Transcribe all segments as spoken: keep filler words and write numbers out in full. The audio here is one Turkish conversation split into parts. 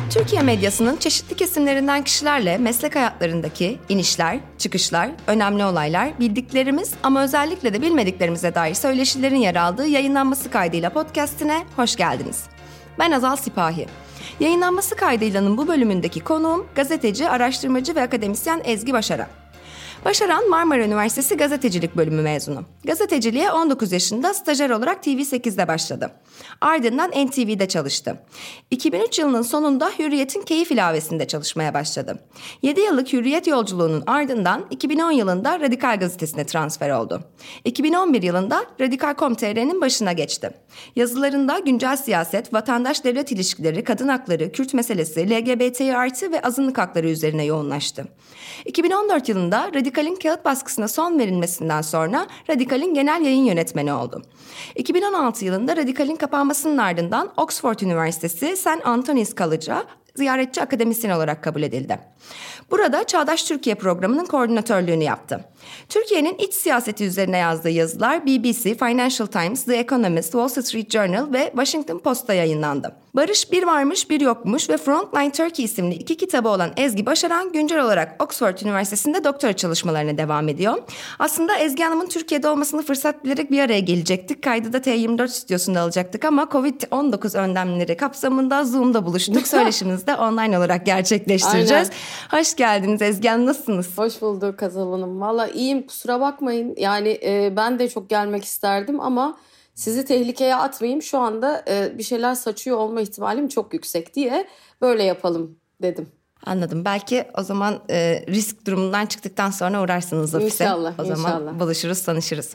Türkiye medyasının çeşitli kesimlerinden kişilerle meslek hayatlarındaki inişler, çıkışlar, önemli olaylar, bildiklerimiz ama özellikle de bilmediklerimize dair söyleşilerin yer aldığı yayınlanması kaydıyla podcast'ine hoş geldiniz. Ben Azal Sipahi. Yayınlanması kaydıylanın bu bölümündeki konuğum gazeteci, araştırmacı ve akademisyen Ezgi Başaran. Başaran Marmara Üniversitesi Gazetecilik Bölümü mezunu. Gazeteciliğe on dokuz yaşında stajyer olarak T V sekizde başladı. Ardından N T V'de çalıştı. iki bin üç yılının sonunda Hürriyet'in Keyif İlavesi'nde çalışmaya başladı. yedi yıllık Hürriyet yolculuğunun ardından iki bin on yılında Radikal Gazetesi'ne transfer oldu. iki bin on bir yılında Radikal nokta com nokta t r'nin başına geçti. Yazılarında güncel siyaset, vatandaş-devlet ilişkileri, kadın hakları, Kürt meselesi, L G B T artı ve azınlık hakları üzerine yoğunlaştı. iki bin on dört yılında Radikal'in kağıt baskısına son verilmesinden sonra Radikal'in genel yayın yönetmeni oldu. iki bin on altı yılında Radikal'in kapanmasının ardından Oxford Üniversitesi Saint Antony's College'a ziyaretçi akademisyen olarak kabul edildi. Burada Çağdaş Türkiye programının koordinatörlüğünü yaptı. Türkiye'nin iç siyaseti üzerine yazdığı yazılar B B C, Financial Times, The Economist, Wall Street Journal ve Washington Post'ta yayınlandı. Barış Bir Varmış Bir Yokmuş ve Frontline Turkey isimli iki kitabı olan Ezgi Başaran güncel olarak Oxford Üniversitesi'nde doktora çalışmalarına devam ediyor. Aslında Ezgi Hanım'ın Türkiye'de olmasını fırsat bilerek bir araya gelecektik. Kaydı da T yirmi dört stüdyosunda alacaktık ama covid on dokuz önlemleri kapsamında Zoom'da buluştuk. Söyleşimizi de online olarak gerçekleştireceğiz. Aynen. Hoş geldiniz Ezgi Hanım, nasılsınız? Hoş bulduk Azal Hanım. Valla iyiyim, kusura bakmayın. Yani e, ben de çok gelmek isterdim ama sizi tehlikeye atmayayım. Şu anda e, bir şeyler saçıyor olma ihtimalim çok yüksek diye böyle yapalım dedim. Anladım. Belki o zaman e, risk durumundan çıktıktan sonra uğrarsınız ofise. İnşallah. O zaman inşallah. buluşuruz, tanışırız.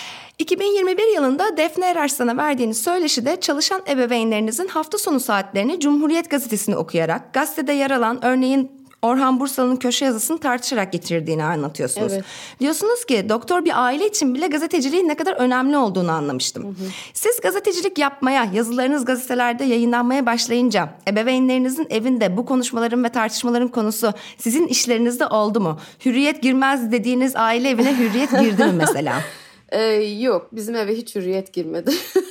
iki bin yirmi bir yılında Defne Erarslan'a verdiğiniz söyleşide çalışan ebeveynlerinizin hafta sonu saatlerini Cumhuriyet Gazetesi'ni okuyarak, gazetede yer alan örneğin Orhan Bursalı'nın köşe yazısını tartışarak getirdiğini anlatıyorsunuz. Evet. Diyorsunuz ki doktor bir aile için bile gazeteciliğin ne kadar önemli olduğunu anlamıştım. Hı hı. Siz gazetecilik yapmaya, yazılarınız gazetelerde yayınlanmaya başlayınca ebeveynlerinizin evinde bu konuşmaların ve tartışmaların konusu sizin işlerinizde oldu mu? Hürriyet girmez dediğiniz aile evine Hürriyet girdi mi mesela? Ee, yok, bizim eve hiç Hürriyet girmedi.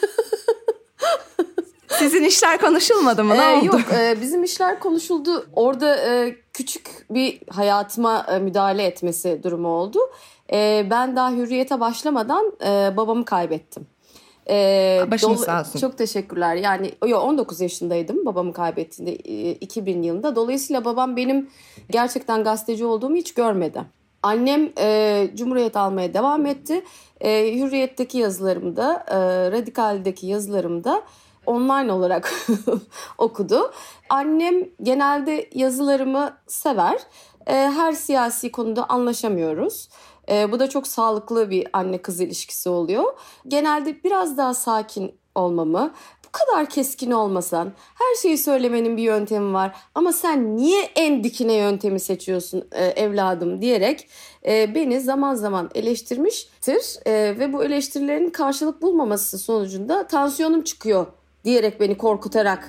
Sizin işler konuşulmadı mı? Ne ee, oldu? Yok, e, bizim işler konuşuldu. Orada e, küçük bir hayatıma e, müdahale etmesi durumu oldu. E, ben daha Hürriyet'e başlamadan e, babamı kaybettim. E, Başınız sağ olsun. Çok teşekkürler. Yani yo, on dokuz yaşındaydım babamı kaybettiğinde e, iki bin yılında. Dolayısıyla babam benim gerçekten gazeteci olduğumu hiç görmedi. Annem e, Cumhuriyet almaya devam etti. E, Hürriyet'teki yazılarımda, e, Radikal'deki yazılarımda online olarak okudu. Annem genelde yazılarımı sever. E, her siyasi konuda anlaşamıyoruz. E, bu da çok sağlıklı bir anne kız ilişkisi oluyor. Genelde biraz daha sakin olmamı, bu kadar keskin olmasan, her şeyi söylemenin bir yöntemi var ama sen niye en dikine yöntemi seçiyorsun e, evladım diyerek e, beni zaman zaman eleştirmiştir. E, ve bu eleştirilerin karşılık bulmaması sonucunda tansiyonum çıkıyor diyerek beni korkutarak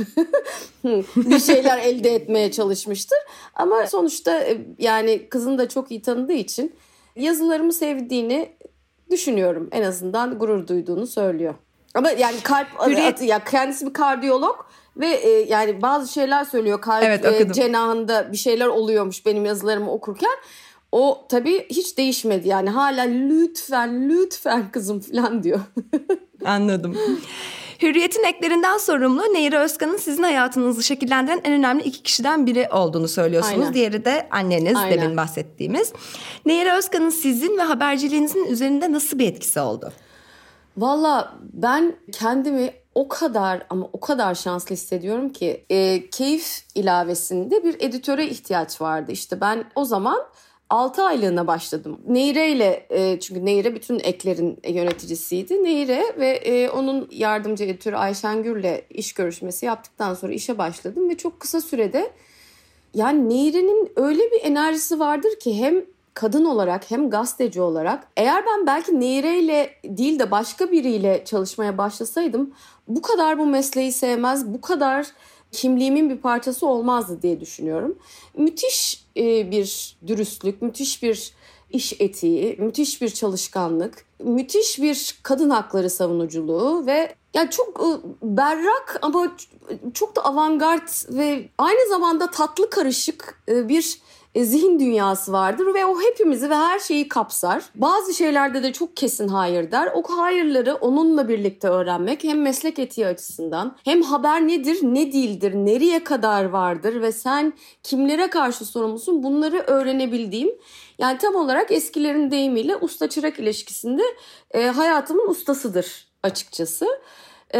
bir şeyler elde etmeye çalışmıştır. Ama sonuçta yani kızını da çok iyi tanıdığı için yazılarımı sevdiğini düşünüyorum. En azından gurur duyduğunu söylüyor. Ama yani kalp atı, ya kendisi bir kardiyolog ve e, yani bazı şeyler söylüyor. Kalp evet, e, cenahında bir şeyler oluyormuş benim yazılarımı okurken. O tabii hiç değişmedi yani hala lütfen lütfen kızım falan diyor. Anladım. Hürriyet'in eklerinden sorumlu Nehire Özkan'ın sizin hayatınızı şekillendiren en önemli iki kişiden biri olduğunu söylüyorsunuz. Aynen. Diğeri de anneniz, Aynen. demin bahsettiğimiz. Nehire Özkan'ın sizin ve haberciliğinizin üzerinde nasıl bir etkisi oldu? Valla ben kendimi o kadar ama o kadar şanslı hissediyorum ki e, Keyif İlavesi'nde bir editöre ihtiyaç vardı. İşte ben o zaman altı aylığına başladım. Nehire ile e, çünkü Nehire bütün eklerin yöneticisiydi. Nehire ve e, onun yardımcı editörü Ayşengül'le iş görüşmesi yaptıktan sonra işe başladım ve çok kısa sürede yani Nehire'nin öyle bir enerjisi vardır ki hem kadın olarak hem gazeteci olarak eğer ben belki Nehire ile değil de başka biriyle çalışmaya başlasaydım bu kadar bu mesleği sevmez, bu kadar kimliğimin bir parçası olmazdı diye düşünüyorum. Müthiş bir dürüstlük, müthiş bir iş etiği, müthiş bir çalışkanlık, müthiş bir kadın hakları savunuculuğu ve Yani çok berrak ama çok da avantgard ve aynı zamanda tatlı karışık bir zihin dünyası vardır ve o hepimizi ve her şeyi kapsar. Bazı şeylerde de çok kesin hayır der. O hayırları onunla birlikte öğrenmek hem meslek etiği açısından hem haber nedir, ne değildir, nereye kadar vardır ve sen kimlere karşı sorumlusun, bunları öğrenebildiğim, yani tam olarak eskilerin deyimiyle usta çırak ilişkisinde e, hayatımın ustasıdır açıkçası. E,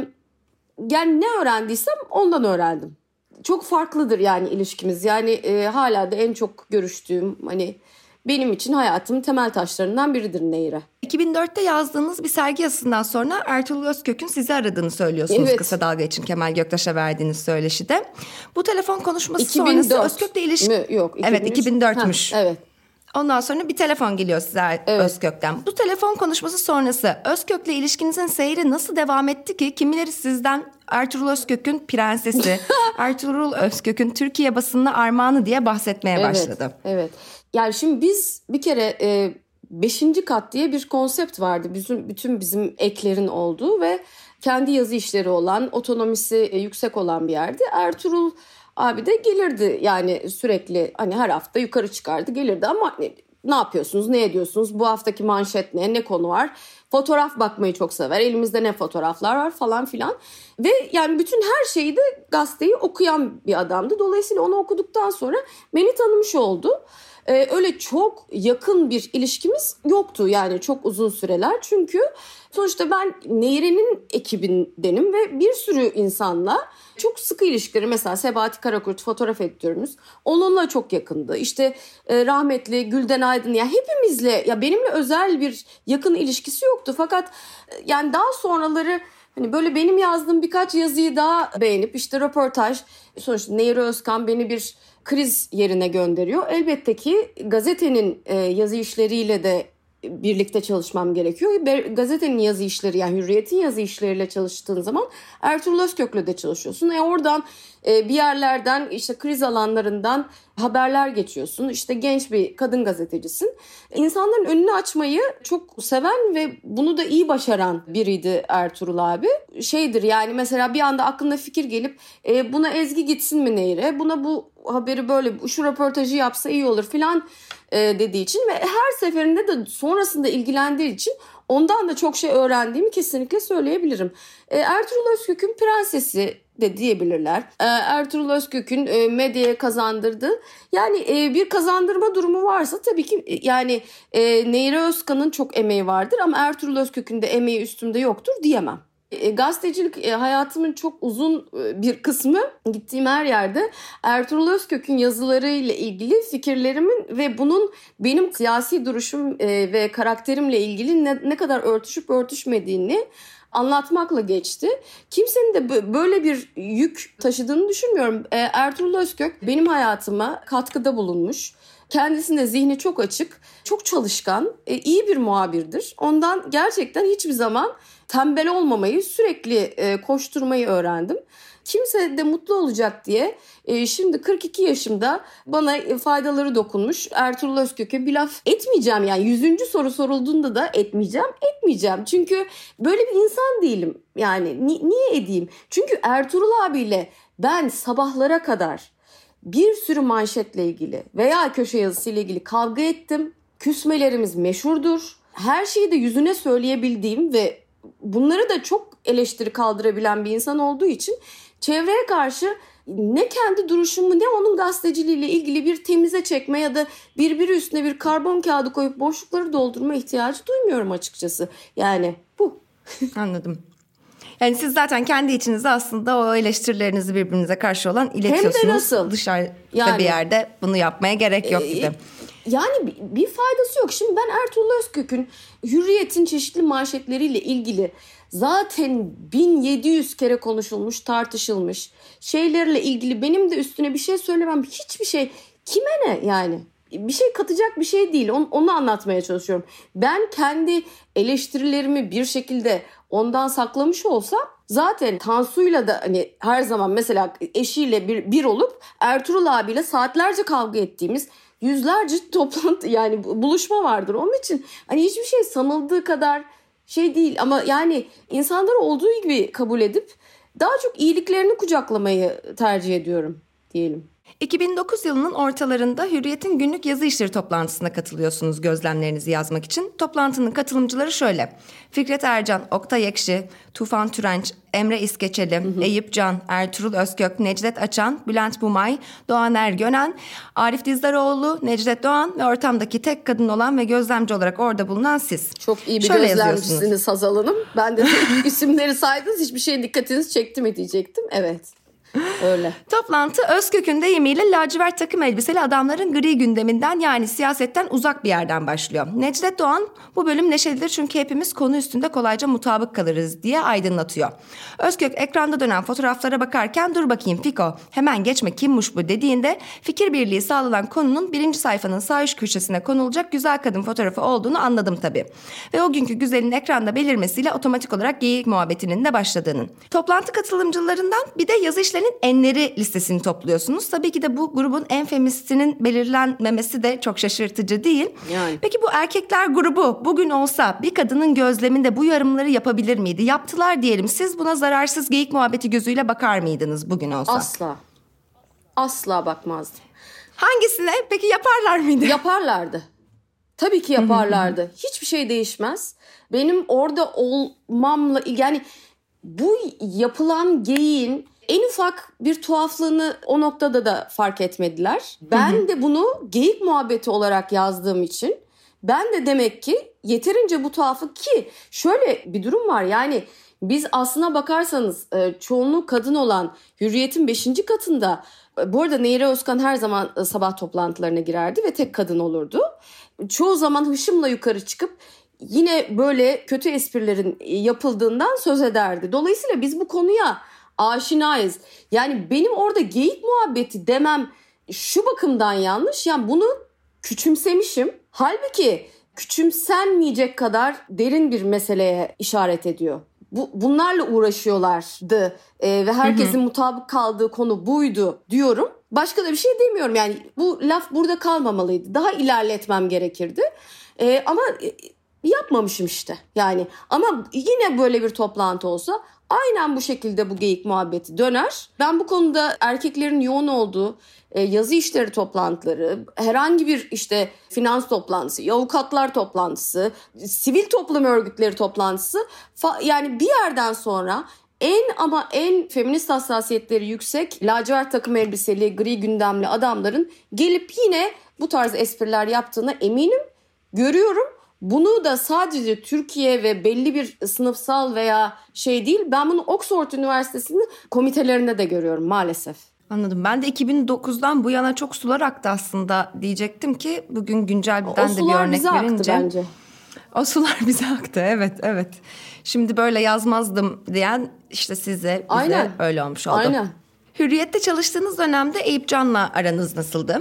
yani ne öğrendiysem ondan öğrendim. Çok farklıdır yani ilişkimiz. Yani e, hala da en çok görüştüğüm, hani benim için hayatımın temel taşlarından biridir Nehire. iki bin dörtte yazdığınız bir sergi yazısından sonra Ertuğrul Özkök'ün sizi aradığını söylüyorsunuz. Evet. Kısa Dalga için Kemal Göktaş'a verdiğiniz söyleşide. Bu telefon konuşması iki bin dört sonrası Özkök'le ilişki... Mi? Yok. iki bin üç. Evet, iki bin dörtmüş. Ha, evet. Ondan sonra bir telefon geliyor size, evet, Özkök'ten. Bu telefon konuşması sonrası Özkök'le ilişkinizin seyri nasıl devam etti ki kimileri sizden Ertuğrul Özkök'ün prensesi, Ertuğrul Özkök'ün Türkiye basınına armağanı diye bahsetmeye evet, başladı. Evet. Yani şimdi biz bir kere e, beşinci kat diye bir konsept vardı. Bütün, bütün bizim eklerin olduğu ve kendi yazı işleri olan, otonomisi e, yüksek olan bir yerdi. Ertuğrul abi de gelirdi yani sürekli, hani her hafta yukarı çıkardı gelirdi ama ne, ne yapıyorsunuz, ne ediyorsunuz, bu haftaki manşet ne, ne konu var, fotoğraf bakmayı çok sever, elimizde ne fotoğraflar var falan filan ve yani bütün her şeyi de, gazeteyi okuyan bir adamdı. Dolayısıyla onu okuduktan sonra beni tanımış oldu. Ee, öyle çok yakın bir ilişkimiz yoktu yani çok uzun süreler, çünkü sonuçta ben Nehri'nin ekibindenim ve bir sürü insanla çok sıkı ilişkileri, mesela Sebahati Karakurt fotoğraf editörümüz, onunla çok yakındı. İşte e, rahmetli Gülden Aydın, ya hepimizle, ya benimle özel bir yakın ilişkisi yoktu. Fakat e, yani daha sonraları hani böyle benim yazdığım birkaç yazıyı daha beğenip, işte röportaj, sonuçta Nehri Özkan beni bir kriz yerine gönderiyor. Elbette ki gazetenin e, yazı işleriyle de birlikte çalışmam gerekiyor. Gazetenin yazı işleri, yani Hürriyet'in yazı işleriyle çalıştığın zaman Ertuğrul Özkök'le de çalışıyorsun. E oradan e, bir yerlerden, işte kriz alanlarından haberler geçiyorsun. İşte genç bir kadın gazetecisin. İnsanların önünü açmayı çok seven ve bunu da iyi başaran biriydi Ertuğrul abi. Şeydir yani, mesela bir anda aklına fikir gelip e, buna Ezgi gitsin mi Nehir'e? Buna bu haberi böyle, şu röportajı yapsa iyi olur filan e, dediği için ve her seferinde de sonrasında ilgilendiği için ondan da çok şey öğrendiğimi kesinlikle söyleyebilirim. E, Ertuğrul Özkök'ün prensesi de diyebilirler. E, Ertuğrul Özkök'ün e, medyaya kazandırdığı, yani e, bir kazandırma durumu varsa tabii ki e, yani e, Nehri Özkan'ın çok emeği vardır ama Ertuğrul Özkök'ün de emeği üstümde yoktur diyemem. E, gazetecilik e, hayatımın çok uzun e, bir kısmı, gittiğim her yerde Ertuğrul Özkök'ün yazılarıyla ilgili fikirlerimin ve bunun benim siyasi duruşum e, ve karakterimle ilgili ne, ne kadar örtüşüp örtüşmediğini anlatmakla geçti. Kimsenin de böyle bir yük taşıdığını düşünmüyorum. E, Ertuğrul Özkök benim hayatıma katkıda bulunmuş. Kendisinde zihni çok açık, çok çalışkan, e, iyi bir muhabirdir. Ondan gerçekten hiçbir zaman tembel olmamayı, sürekli e, koşturmayı öğrendim. Kimse de mutlu olacak diye e, şimdi kırk iki yaşımda bana e, faydaları dokunmuş Ertuğrul Özkök'e bir laf etmeyeceğim. Yani yüzüncü soru sorulduğunda da etmeyeceğim, etmeyeceğim. Çünkü böyle bir insan değilim. Yani ni- niye edeyim? Çünkü Ertuğrul abiyle ben sabahlara kadar bir sürü manşetle ilgili veya köşe yazısıyla ilgili kavga ettim. Küsmelerimiz meşhurdur. Her şeyi de yüzüne söyleyebildiğim ve bunları da çok eleştiri kaldırabilen bir insan olduğu için çevreye karşı ne kendi duruşumu ne onun gazeteciliğiyle ilgili bir temize çekme ya da birbiri üstüne bir karbon kağıdı koyup boşlukları doldurma ihtiyacı duymuyorum açıkçası. Yani bu. Anladım. Yani siz zaten kendi içinizde aslında o eleştirilerinizi birbirinize karşı olan iletiyorsunuz. Hem de nasıl? Dışarıda yani, bir yerde bunu yapmaya gerek yok gibi. Yani bir faydası yok. Şimdi ben Ertuğrul Özkök'ün Hürriyet'in çeşitli manşetleriyle ilgili zaten bin yedi yüz kere konuşulmuş, tartışılmış şeylerle ilgili benim de üstüne bir şey söylemem, hiçbir şey, kime ne yani? Bir şey katacak bir şey değil. Onu, onu anlatmaya çalışıyorum. Ben kendi eleştirilerimi bir şekilde ondan saklamış olsam zaten Tansu'yla da hani her zaman mesela eşiyle bir, bir olup Ertuğrul abiyle saatlerce kavga ettiğimiz, yüzlerce toplantı yani buluşma vardır. Onun için hani hiçbir şey sanıldığı kadar şey değil ama yani insanları olduğu gibi kabul edip daha çok iyiliklerini kucaklamayı tercih ediyorum diyelim. iki bin dokuz yılının ortalarında Hürriyet'in günlük yazı işleri toplantısına katılıyorsunuz gözlemlerinizi yazmak için. Toplantının katılımcıları şöyle: Fikret Ercan, Oktay Ekşi, Tufan Türenç, Emre İskeçeli, hı hı. Eyüp Can, Ertuğrul Özkök, Necdet Açan, Bülent Bumay, Doğan Ergönen, Arif Dizdaroğlu, Necdet Doğan ve ortamdaki tek kadın olan ve gözlemci olarak orada bulunan siz. Çok iyi bir şöyle gözlemcisiniz Hazal Hanım. Ben de isimleri saydınız, hiçbir şey dikkatinizi çekti mi diyecektim. Evet. Öyle. Toplantı Özkök'ün deyimiyle lacivert takım elbiseli adamların gri gündeminden, yani siyasetten uzak bir yerden başlıyor. Necdet Doğan bu bölüm neşelidir çünkü hepimiz konu üstünde kolayca mutabık kalırız diye aydınlatıyor. Özkök ekranda dönen fotoğraflara bakarken dur bakayım Fiko hemen geçme kimmiş bu dediğinde fikir birliği sağlanan konunun birinci sayfanın sağ üst köşesine konulacak güzel kadın fotoğrafı olduğunu anladım tabii. Ve o günkü güzelin ekranda belirmesiyle otomatik olarak geyik muhabbetinin de başladığının. Toplantı katılımcılarından bir de yazı işleri enleri listesini topluyorsunuz. Tabii ki de bu grubun en feministinin belirlenmemesi de çok şaşırtıcı değil. Yani. Peki bu erkekler grubu bugün olsa bir kadının gözleminde bu yorumları yapabilir miydi? Yaptılar diyelim. Siz buna zararsız geyik muhabbeti gözüyle bakar mıydınız bugün olsa? Asla. Asla bakmazdım. Hangisine? Peki yaparlar mıydı? Yaparlardı. Tabii ki yaparlardı. Hiçbir şey değişmez. Benim orada olmamla yani bu yapılan geyiğin en ufak bir tuhaflığını o noktada da fark etmediler. Ben hı hı. de bunu geyik muhabbeti olarak yazdığım için ben de demek ki yeterince bu tuhaflık, ki şöyle bir durum var yani biz aslına bakarsanız çoğunluğu kadın olan Hürriyet'in beşinci katında, bu arada Nehire Özkan her zaman sabah toplantılarına girerdi ve tek kadın olurdu. Çoğu zaman hışımla yukarı çıkıp yine böyle kötü esprilerin yapıldığından söz ederdi. Dolayısıyla biz bu konuya aşinayız. Yani benim orada geyik muhabbeti demem şu bakımdan yanlış. Yani bunu küçümsemişim. Halbuki küçümsenmeyecek kadar derin bir meseleye işaret ediyor. Bu, bunlarla uğraşıyorlardı ee, ve herkesin hı hı. mutabık kaldığı konu buydu diyorum. Başka da bir şey demiyorum. Yani bu laf burada kalmamalıydı. Daha ilerletmem gerekirdi. Ee, ama yapmamışım işte. Yani ama yine böyle bir toplantı olsa aynen bu şekilde bu geyik muhabbeti döner. Ben bu konuda erkeklerin yoğun olduğu e, yazı işleri toplantıları, herhangi bir işte finans toplantısı, avukatlar toplantısı, sivil toplum örgütleri toplantısı fa- yani bir yerden sonra en ama en feminist hassasiyetleri yüksek lacivert takım elbiseli, gri gündemli adamların gelip yine bu tarz espriler yaptığına eminim, görüyorum. Bunu da sadece Türkiye ve belli bir sınıfsal veya şey değil, ben bunu Oxford Üniversitesi'nin komitelerinde de görüyorum maalesef. Anladım. Ben de iki bin dokuzdan bu yana çok sular aktı aslında diyecektim ki bugün güncelden de bir örnek bize verince. Aktı bence. O sular bize aktı, evet evet. Şimdi böyle yazmazdım diyen işte size, bize Aynen. öyle olmuş oldu. Aynen. Hürriyet'te çalıştığınız dönemde Eyüp Can'la aranız nasıldı?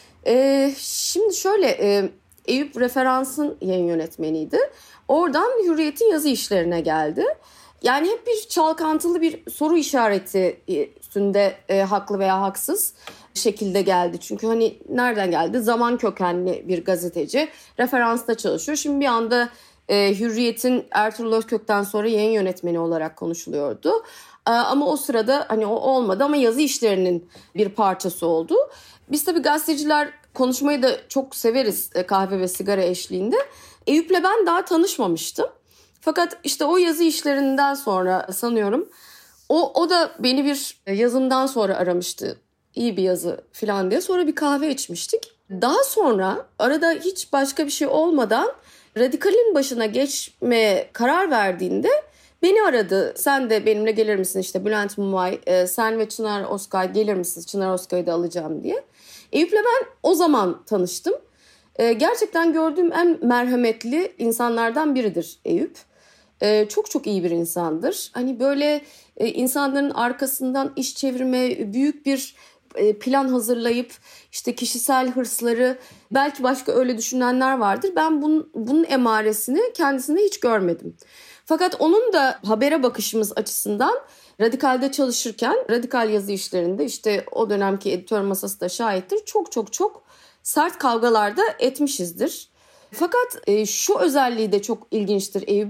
Ee, şimdi şöyle... E... Eyüp Referans'ın yayın yönetmeniydi. Oradan Hürriyet'in yazı işlerine geldi. Yani hep bir çalkantılı bir soru işareti üstünde e, haklı veya haksız şekilde geldi. Çünkü hani nereden geldi? Zaman kökenli bir gazeteci. Referansta çalışıyor. Şimdi bir anda e, Hürriyet'in Ertuğrul Özkök'ten sonra yayın yönetmeni olarak konuşuluyordu. E, ama o sırada hani o olmadı ama yazı işlerinin bir parçası oldu. Biz tabii gazeteciler konuşmayı da çok severiz kahve ve sigara eşliğinde. Eyüp'le ben daha tanışmamıştım. Fakat işte o yazı işlerinden sonra sanıyorum o, o da beni bir yazımdan sonra aramıştı. İyi bir yazı falan diye. Sonra bir kahve içmiştik. Daha sonra arada hiç başka bir şey olmadan Radikal'in başına geçmeye karar verdiğinde beni aradı. Sen de benimle gelir misin işte Bülent Mumay, sen ve Çınar Oskay gelir misiniz? Çınar Oskay'ı da alacağım diye. Eyüp'le ben o zaman tanıştım. Ee, gerçekten gördüğüm en merhametli insanlardan biridir Eyüp. Ee, çok çok iyi bir insandır. Hani böyle e, insanların arkasından iş çevirme, büyük bir e, plan hazırlayıp işte kişisel hırsları, belki başka öyle düşünenler vardır. Ben bunun, bunun emaresini kendisinde hiç görmedim. Fakat onun da habere bakışımız açısından Radikal'de çalışırken, Radikal yazı işlerinde işte o dönemki editör masası da şahittir. Çok çok çok sert kavgalarda etmişizdir. Fakat e, şu özelliği de çok ilginçtir Eyüp'ün.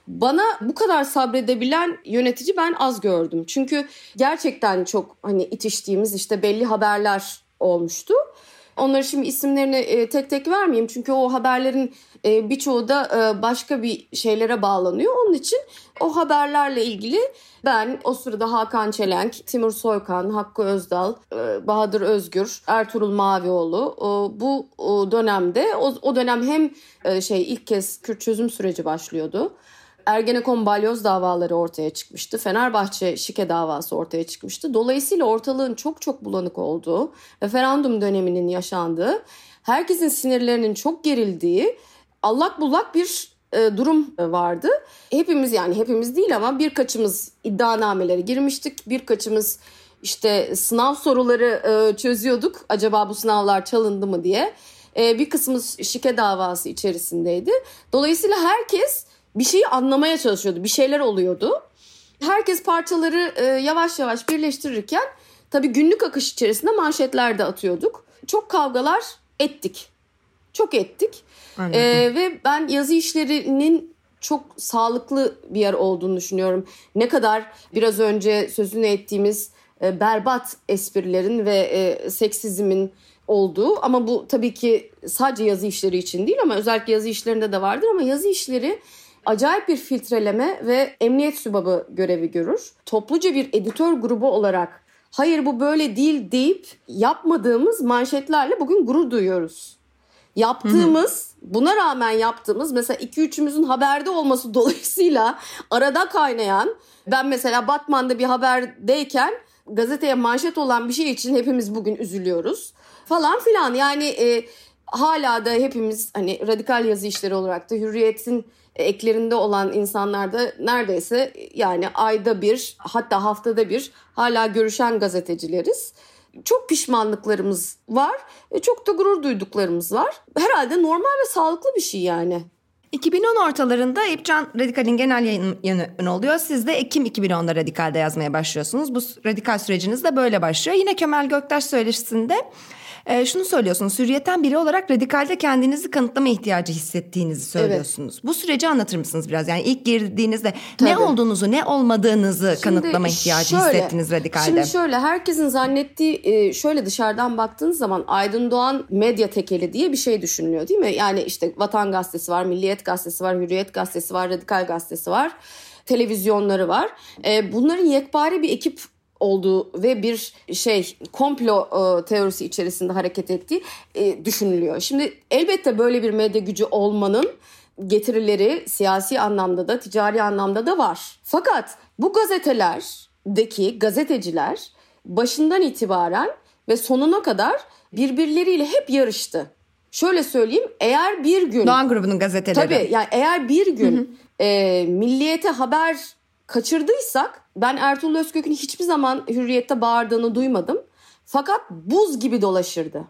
Bana bu kadar sabredebilen yönetici ben az gördüm. Çünkü gerçekten çok hani itiştiğimiz işte belli haberler olmuştu. Onları şimdi isimlerini tek tek vermeyeyim. Çünkü o haberlerin birçoğu da başka bir şeylere bağlanıyor. Onun için o haberlerle ilgili ben o sırada Hakan Çelenk, Timur Soykan, Hakkı Özdal, Bahadır Özgür, Ertuğrul Mavioğlu bu dönemde o dönem hem şey ilk kez Kürt çözüm süreci başlıyordu. Ergenekon balyoz davaları ortaya çıkmıştı. Fenerbahçe şike davası ortaya çıkmıştı. Dolayısıyla ortalığın çok çok bulanık olduğu, referandum döneminin yaşandığı, herkesin sinirlerinin çok gerildiği, allak bullak bir e, durum vardı. Hepimiz yani hepimiz değil ama birkaçımız iddianameleri girmiştik. Birkaçımız işte sınav soruları e, çözüyorduk. Acaba bu sınavlar çalındı mı diye. E, bir kısmımız şike davası içerisindeydi. Dolayısıyla herkes bir şeyi anlamaya çalışıyordu. Bir şeyler oluyordu. Herkes parçaları e, yavaş yavaş birleştirirken tabii günlük akış içerisinde manşetler de atıyorduk. Çok kavgalar ettik. Çok ettik. E, ve ben yazı işlerinin çok sağlıklı bir yer olduğunu düşünüyorum. Ne kadar biraz önce sözünü ettiğimiz e, berbat esprilerin ve e, seksizmin olduğu, ama bu tabii ki sadece yazı işleri için değil ama özellikle yazı işlerinde de vardır, ama yazı işleri acayip bir filtreleme ve emniyet sübabı görevi görür. Topluca bir editör grubu olarak hayır bu böyle değil deyip yapmadığımız manşetlerle bugün gurur duyuyoruz. Yaptığımız, buna rağmen yaptığımız mesela iki üçümüzün haberde olması dolayısıyla arada kaynayan, ben mesela Batman'da bir haberdeyken gazeteye manşet olan bir şey için hepimiz bugün üzülüyoruz falan filan. Yani e, hala da hepimiz hani radikal yazı işleri olarak da Hürriyet'in eklerinde olan insanlar da neredeyse yani ayda bir, hatta haftada bir hala görüşen gazetecileriz. Çok pişmanlıklarımız var, çok da gurur duyduklarımız var. Herhalde normal ve sağlıklı bir şey yani. iki bin on ortalarında Eyüp Can Radikal'in genel yayın yönetmeni oluyor. Siz de Ekim iki bin onda Radikal'de yazmaya başlıyorsunuz. Bu radikal süreciniz de böyle başlıyor. Yine Kemal Göktaş söyleşisinde e, şunu söylüyorsunuz. Hürriyetten biri olarak Radikal'de kendinizi kanıtlama ihtiyacı hissettiğinizi söylüyorsunuz. Evet. Bu süreci anlatır mısınız biraz? Yani ilk girdiğinizde Tabii. ne olduğunuzu, ne olmadığınızı şimdi kanıtlama ihtiyacı şöyle, hissettiniz Radikal'de. Şimdi şöyle, herkesin zannettiği, şöyle dışarıdan baktığınız zaman Aydın Doğan medya tekeli diye bir şey düşünülüyor değil mi? Yani işte Vatan Gazetesi var, Milliyet Gazetesi var, Hürriyet Gazetesi var, Radikal Gazetesi var, televizyonları var. Bunların yekpare bir ekip olduğu ve bir şey komplo e, teorisi içerisinde hareket ettiği e, düşünülüyor. Şimdi elbette böyle bir medya gücü olmanın getirileri siyasi anlamda da ticari anlamda da var. Fakat bu gazetelerdeki gazeteciler başından itibaren ve sonuna kadar birbirleriyle hep yarıştı. Şöyle söyleyeyim, eğer bir gün... Doğan grubunun gazeteleri. Tabii yani eğer bir gün hı hı. E, Milliyet'e haber kaçırdıysak, ben Ertuğrul Özkök'ün hiçbir zaman Hürriyet'te bağırdığını duymadım. Fakat buz gibi dolaşırdı.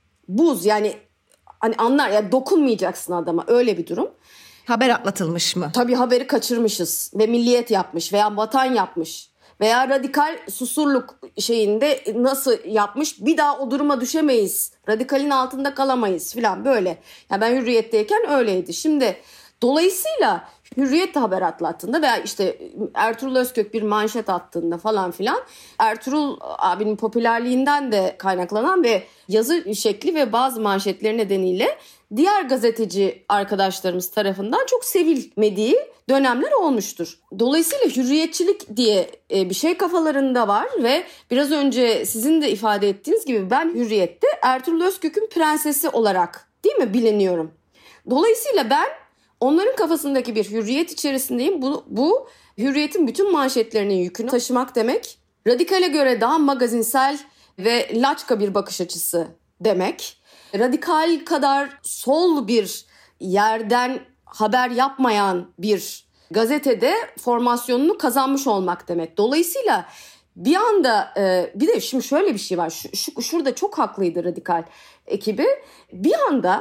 Buz yani hani anlar ya, yani dokunmayacaksın adama, öyle bir durum. Haber atlatılmış mı? Tabii haberi kaçırmışız ve Milliyet yapmış veya Vatan yapmış veya Radikal Susurluk şeyinde nasıl yapmış, bir daha o duruma düşemeyiz. Radikalin altında kalamayız falan böyle. Yani ben Hürriyet'teyken öyleydi. Şimdi dolayısıyla Hürriyet de haber atlattığında veya işte Ertuğrul Özkök bir manşet attığında falan filan, Ertuğrul abinin popülerliğinden de kaynaklanan ve yazı şekli ve bazı manşetleri nedeniyle diğer gazeteci arkadaşlarımız tarafından çok sevilmediği dönemler olmuştur. Dolayısıyla hürriyetçilik diye bir şey kafalarında var ve biraz önce sizin de ifade ettiğiniz gibi ben Hürriyet'te Ertuğrul Özkök'ün prensesi olarak değil mi biliniyorum. Dolayısıyla ben onların kafasındaki bir hürriyet içerisindeyim. Bu, bu hürriyetin bütün manşetlerinin yükünü taşımak demek. Radikale göre daha magazinsel ve laçka bir bakış açısı demek. Radikal kadar sol bir yerden haber yapmayan bir gazetede formasyonunu kazanmış olmak demek. Dolayısıyla bir anda e, bir de şimdi şöyle bir şey var. Şu, şu, şurada çok haklıydı Radikal ekibi. Bir anda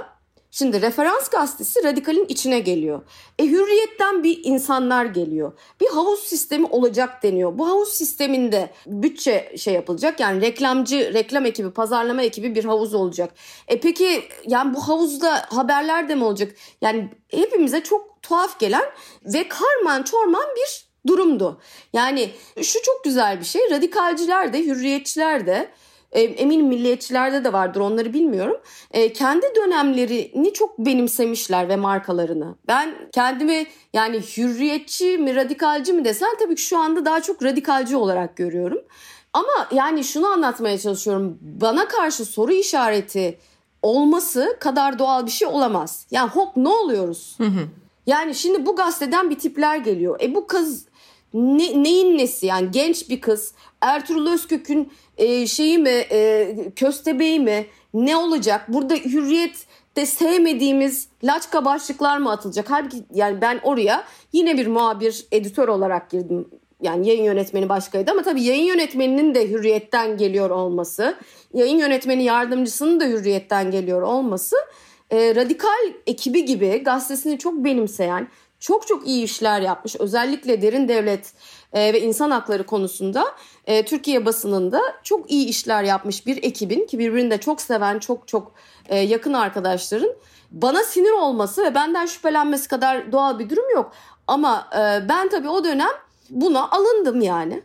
Şimdi Referans gazetesi Radikal'in içine geliyor. E Hürriyet'ten bir insanlar geliyor. Bir havuz sistemi olacak deniyor. Bu havuz sisteminde bütçe şey yapılacak. Yani reklamcı, reklam ekibi, pazarlama ekibi bir havuz olacak. E peki yani bu havuzda haberler de mi olacak? Yani hepimize çok tuhaf gelen ve karman çorman bir durumdu. Yani şu çok güzel bir şey. Radikalciler de, hürriyetçiler de, eminim milliyetçilerde de vardır, onları bilmiyorum. E, kendi dönemlerini çok benimsemişler ve markalarını. Ben kendimi yani hürriyetçi mi radikalci mi desen tabii ki şu anda daha çok radikalci olarak görüyorum. Ama yani şunu anlatmaya çalışıyorum. Bana karşı soru işareti olması kadar doğal bir şey olamaz. Yani hop ne oluyoruz? Hı hı. Yani şimdi bu gazeteden bir tipler geliyor. E bu kız ne, neyin nesi yani genç bir kız. Ertuğrul Özkök'ün e, şeyi mi e, köstebeği mi ne olacak? Burada Hürriyet'te sevmediğimiz laçka başlıklar mı atılacak? Halbuki yani ben oraya yine bir muhabir, editör olarak girdim. Yani yayın yönetmeni başkaydı ama tabii yayın yönetmeninin de Hürriyet'ten geliyor olması, yayın yönetmeni yardımcısının da Hürriyet'ten geliyor olması, e, Radikal ekibi gibi gazetesini çok benimseyen, çok çok iyi işler yapmış. Özellikle derin devlet e, ve insan hakları konusunda e, Türkiye basınında çok iyi işler yapmış bir ekibin, ki birbirini de çok seven, çok çok e, yakın arkadaşların bana sinir olması ve benden şüphelenmesi kadar doğal bir durum yok. Ama e, ben tabii o dönem buna alındım yani.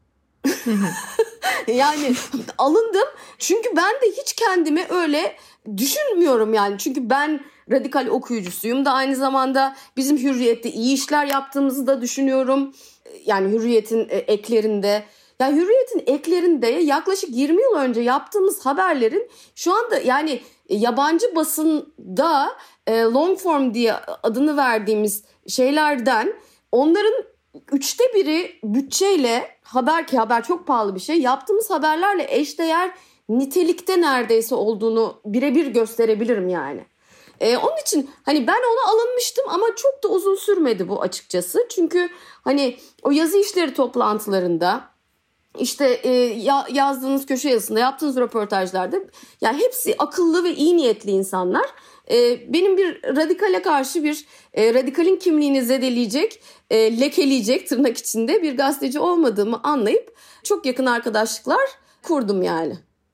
Yani alındım çünkü ben de hiç kendimi öyle düşünmüyorum yani. Çünkü ben radikal okuyucusuyum da aynı zamanda bizim Hürriyet'te iyi işler yaptığımızı da düşünüyorum. Yani Hürriyet'in eklerinde, yani Hürriyet'in eklerinde yaklaşık yirmi yıl önce yaptığımız haberlerin şu anda yani yabancı basında long form diye adını verdiğimiz şeylerden onların üçte biri bütçeyle, haber ki haber çok pahalı bir şey, yaptığımız haberlerle eşdeğer nitelikte neredeyse olduğunu birebir gösterebilirim yani. Ee, onun için hani ben ona alınmıştım ama çok da uzun sürmedi bu açıkçası. Çünkü hani o yazı işleri toplantılarında, işte e, ya, yazdığınız köşe yazısında, yaptığınız röportajlarda yani hepsi akıllı ve iyi niyetli insanlar. E, benim bir radikale karşı bir e, radikalin kimliğini zedeleyecek, e, lekeleyecek tırnak içinde bir gazeteci olmadığımı anlayıp çok yakın arkadaşlıklar kurdum yani.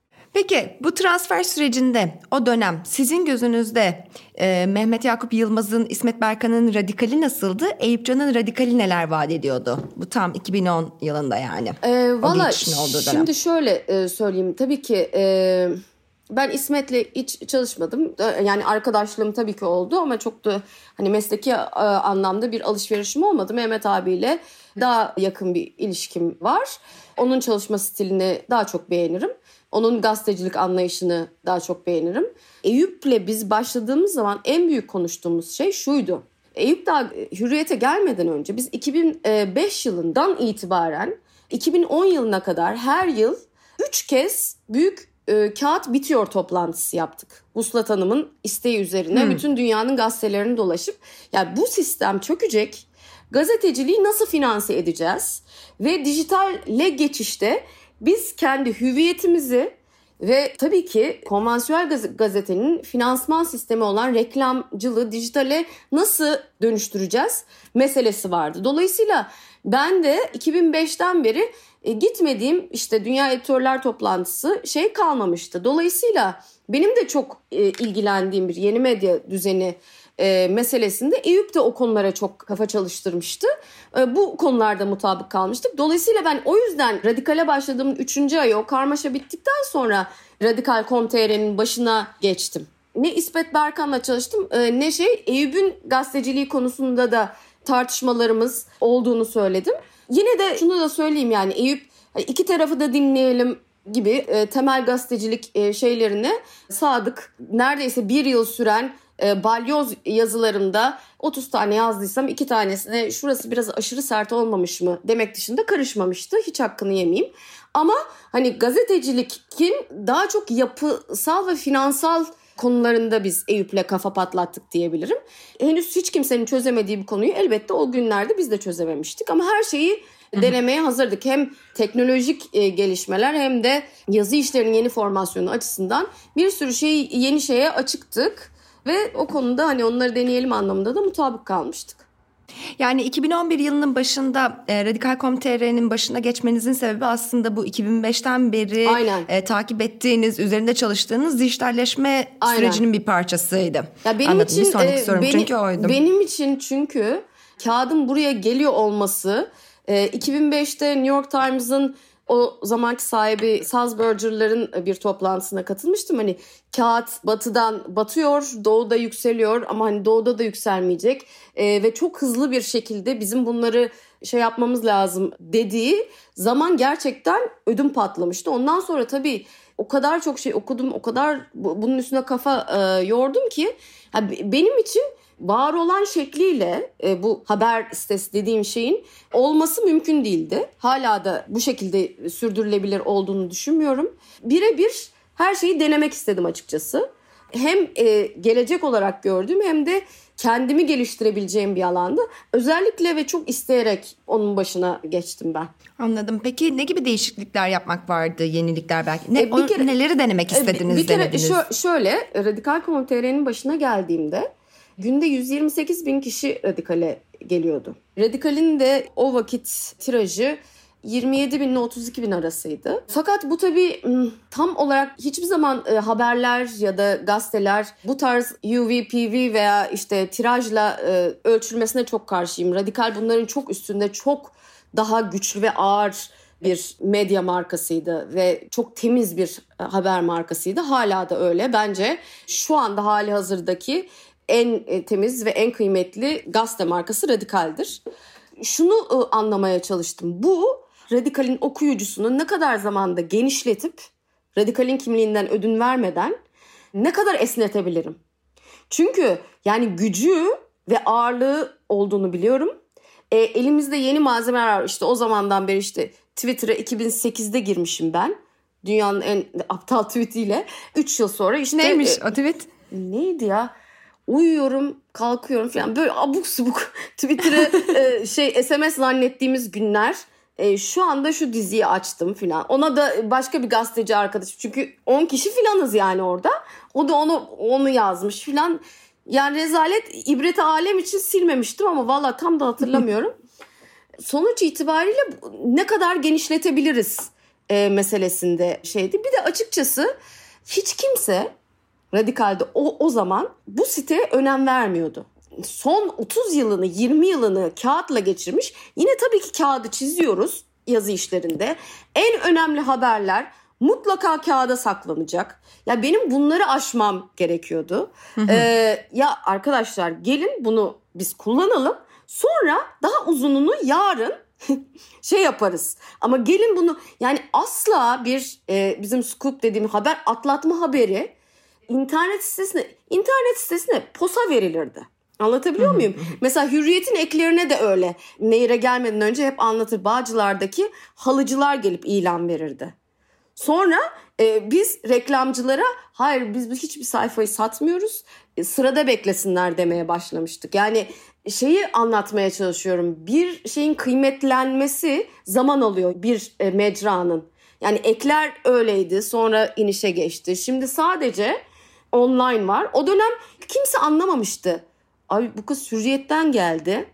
Peki bu transfer sürecinde o dönem sizin gözünüzde e, Mehmet Yakup Yılmaz'ın, İsmet Berkan'ın radikali nasıldı? Eyüp Can'ın radikali neler vaat ediyordu? Bu tam iki bin on yılında yani. E, Valla şimdi şöyle e, söyleyeyim. Tabii ki e, ben İsmet'le hiç çalışmadım. Yani arkadaşlığım tabii ki oldu ama çok da hani mesleki e, anlamda bir alışverişim olmadı. Mehmet abiyle daha yakın bir ilişkim var. Onun çalışma stilini daha çok beğenirim. Onun gazetecilik anlayışını daha çok beğenirim. Eyüp'le biz başladığımız zaman en büyük konuştuğumuz şey şuydu. Eyüp daha Hürriyet'e gelmeden önce biz iki bin beş yılından itibaren iki bin on yılına kadar her yıl üç kez büyük e, kağıt bitiyor toplantısı yaptık. Vuslat Hanım'ın isteği üzerine hmm. bütün dünyanın gazetelerini dolaşıp yani bu sistem çökecek, gazeteciliği nasıl finanse edeceğiz ve dijitalle geçişte biz kendi hüviyetimizi ve tabii ki konvansiyonel gazetenin finansman sistemi olan reklamcılığı dijitale nasıl dönüştüreceğiz meselesi vardı. Dolayısıyla ben de iki bin beşten beri gitmediğim işte Dünya Editörler Toplantısı şey kalmamıştı. Dolayısıyla benim de çok ilgilendiğim bir yeni medya düzeni E, meselesinde Eyüp de o konulara çok kafa çalıştırmıştı. E, bu konularda mutabık kalmıştık. Dolayısıyla ben o yüzden Radikal'e başladığım üçüncü ayı o karmaşa bittikten sonra Radikal nokta com nokta t r'nin başına geçtim. Ne İsmet Berkan'la çalıştım e, ne şey Eyüp'ün gazeteciliği konusunda da tartışmalarımız olduğunu söyledim. Yine de şunu da söyleyeyim yani Eyüp iki tarafı da dinleyelim gibi e, temel gazetecilik e, şeylerine sadık, neredeyse bir yıl süren E, balyoz yazılarımda otuz tane yazdıysam iki tanesine şurası biraz aşırı sert olmamış mı demek dışında karışmamıştı. Hiç hakkını yemeyeyim. Ama hani gazetecilikin daha çok yapısal ve finansal konularında biz Eyüp'le kafa patlattık diyebilirim. Henüz hiç kimsenin çözemediği bir konuyu elbette o günlerde biz de çözememiştik. Ama her şeyi denemeye hazırdık. Hem teknolojik e, gelişmeler hem de yazı işlerinin yeni formasyonu açısından bir sürü şey, yeni şeye açıktık. Ve o konuda hani onları deneyelim anlamında da mutabık kalmıştık. Yani iki bin on bir yılının başında e, Radikal nokta com nokta t r'nin başına geçmenizin sebebi aslında bu iki bin beşten beri e, takip ettiğiniz, üzerinde çalıştığınız dijitalleşme Aynen. sürecinin bir parçasıydı. Ya benim Anladım. için, bir sonraki e, sorum benim, çünkü oydu. Benim için çünkü kağıdın buraya geliyor olması e, iki bin beşte New York Times'ın o zamanki sahibi Saz Berger'ların bir toplantısına katılmıştım. Hani kağıt batıdan batıyor, doğuda yükseliyor ama hani doğuda da yükselmeyecek. Ee, ve çok hızlı bir şekilde bizim bunları şey yapmamız lazım dediği zaman gerçekten ödüm patlamıştı. Ondan sonra tabii o kadar çok şey okudum, o kadar bunun üstüne kafa e, yordum ki yani benim için var olan şekliyle e, bu haber sitesi dediğim şeyin olması mümkün değildi. Hala da bu şekilde sürdürülebilir olduğunu düşünmüyorum. Birebir her şeyi denemek istedim açıkçası. Hem e, gelecek olarak gördüm hem de kendimi geliştirebileceğim bir alanda. Özellikle ve çok isteyerek onun başına geçtim ben. Anladım. Peki ne gibi değişiklikler yapmak vardı, yenilikler belki? Ne, e, bir kere, o, neleri denemek istediniz, e, bir kere denediniz? Şö- şöyle, Radikal nokta com nokta t r'nin başına geldiğimde günde yüz yirmi sekiz bin kişi Radikal'e geliyordu. Radikal'in de o vakit tirajı yirmi yedi bin ile otuz iki bin arasıydı. Fakat bu tabii tam olarak hiçbir zaman haberler ya da gazeteler bu tarz U V, P V veya işte tirajla ölçülmesine çok karşıyım. Radikal bunların çok üstünde, çok daha güçlü ve ağır bir medya markasıydı ve çok temiz bir haber markasıydı. Hala da öyle. Bence şu anda hali hazırdaki en temiz ve en kıymetli gazete markası Radikal'dir. Şunu anlamaya çalıştım. Bu Radikal'in okuyucusunu ne kadar zamanda genişletip Radikal'in kimliğinden ödün vermeden ne kadar esnetebilirim? Çünkü yani gücü ve ağırlığı olduğunu biliyorum. E, elimizde yeni malzemeler var. İşte o zamandan beri işte Twitter'a iki bin sekizde girmişim ben. Dünyanın en aptal tweetiyle. üç yıl sonra işte... Neymiş o tweet? Neydi ya? Uyuyorum, kalkıyorum falan. Böyle abuk subuk Twitter'ı e, şey S M S zannettiğimiz günler. E, şu anda şu diziyi açtım falan. Ona da başka bir gazeteci arkadaşım. Çünkü on kişi falanız yani orada. O da onu onu yazmış falan. Yani rezalet, ibreti alem için silmemiştim ama valla tam da hatırlamıyorum. Sonuç itibariyle ne kadar genişletebiliriz e, meselesinde şeydi. Bir de açıkçası hiç kimse Radikal'de o, o zaman bu siteye önem vermiyordu. Son otuz yılını, yirmi yılını kağıtla geçirmiş. Yine tabii ki kağıdı çiziyoruz yazı işlerinde. En önemli haberler mutlaka kağıda saklanacak. Ya benim bunları aşmam gerekiyordu. Hı hı. Ee, ya arkadaşlar gelin bunu biz kullanalım. Sonra daha uzununu yarın şey yaparız. Ama gelin bunu yani asla bir e, bizim scoop dediğim haber atlatma haberi internet sitesine internet sitesine posa verilirdi. Anlatabiliyor muyum? Mesela Hürriyet'in eklerine de öyle. Nehir'e gelmeden önce hep anlatır. Bağcılar'daki halıcılar gelip ilan verirdi. Sonra e, biz reklamcılara hayır biz hiçbir sayfayı satmıyoruz. E, sırada beklesinler demeye başlamıştık. Yani şeyi anlatmaya çalışıyorum. Bir şeyin kıymetlenmesi zaman alıyor bir e, mecranın. Yani ekler öyleydi. Sonra inişe geçti. Şimdi sadece online var. O dönem kimse anlamamıştı. Ay bu kız Hürriyet'ten geldi.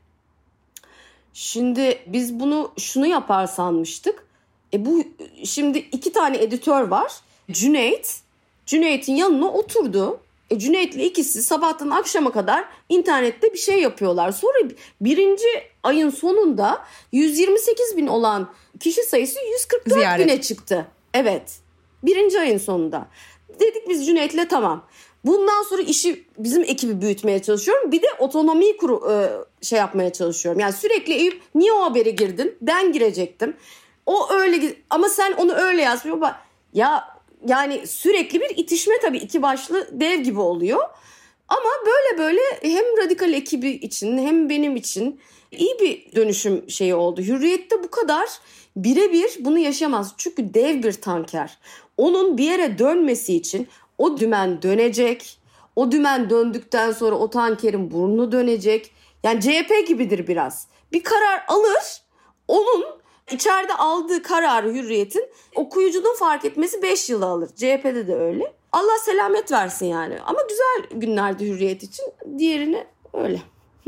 Şimdi biz bunu şunu yapar sanmıştık. E bu şimdi iki tane editör var. Cüneyt. Cüneyt'in yanına oturdu. E Cüneyt'le ikisi sabahtan akşama kadar internette bir şey yapıyorlar. Sonra birinci ayın sonunda yüz yirmi sekiz bin olan kişi sayısı yüz kırk dört Ziyaret. bine çıktı. Evet. Birinci ayın sonunda. Dedik biz Cüneyt'le tamam. Bundan sonra işi bizim ekibi büyütmeye çalışıyorum. Bir de otonomiyi kuru, e, şey yapmaya çalışıyorum. Yani sürekli Eyüp niye o habere girdin? Ben girecektim. O öyle ama sen onu öyle yazmıyor. Ya yani sürekli bir itişme tabii iki başlı dev gibi oluyor. Ama böyle böyle hem Radikal ekibi için hem benim için iyi bir dönüşüm şeyi oldu. Hürriyet'te bu kadar birebir bunu yaşamaz. Çünkü dev bir tanker. Onun bir yere dönmesi için o dümen dönecek. O dümen döndükten sonra o tankerin burnu dönecek. Yani C H P gibidir biraz. Bir karar alır, onun İçeride aldığı kararı Hürriyet'in okuyucunun fark etmesi beş yıl alır. C H P'de de öyle. Allah selamet versin yani. Ama güzel günlerdi Hürriyet için. Diğerini öyle.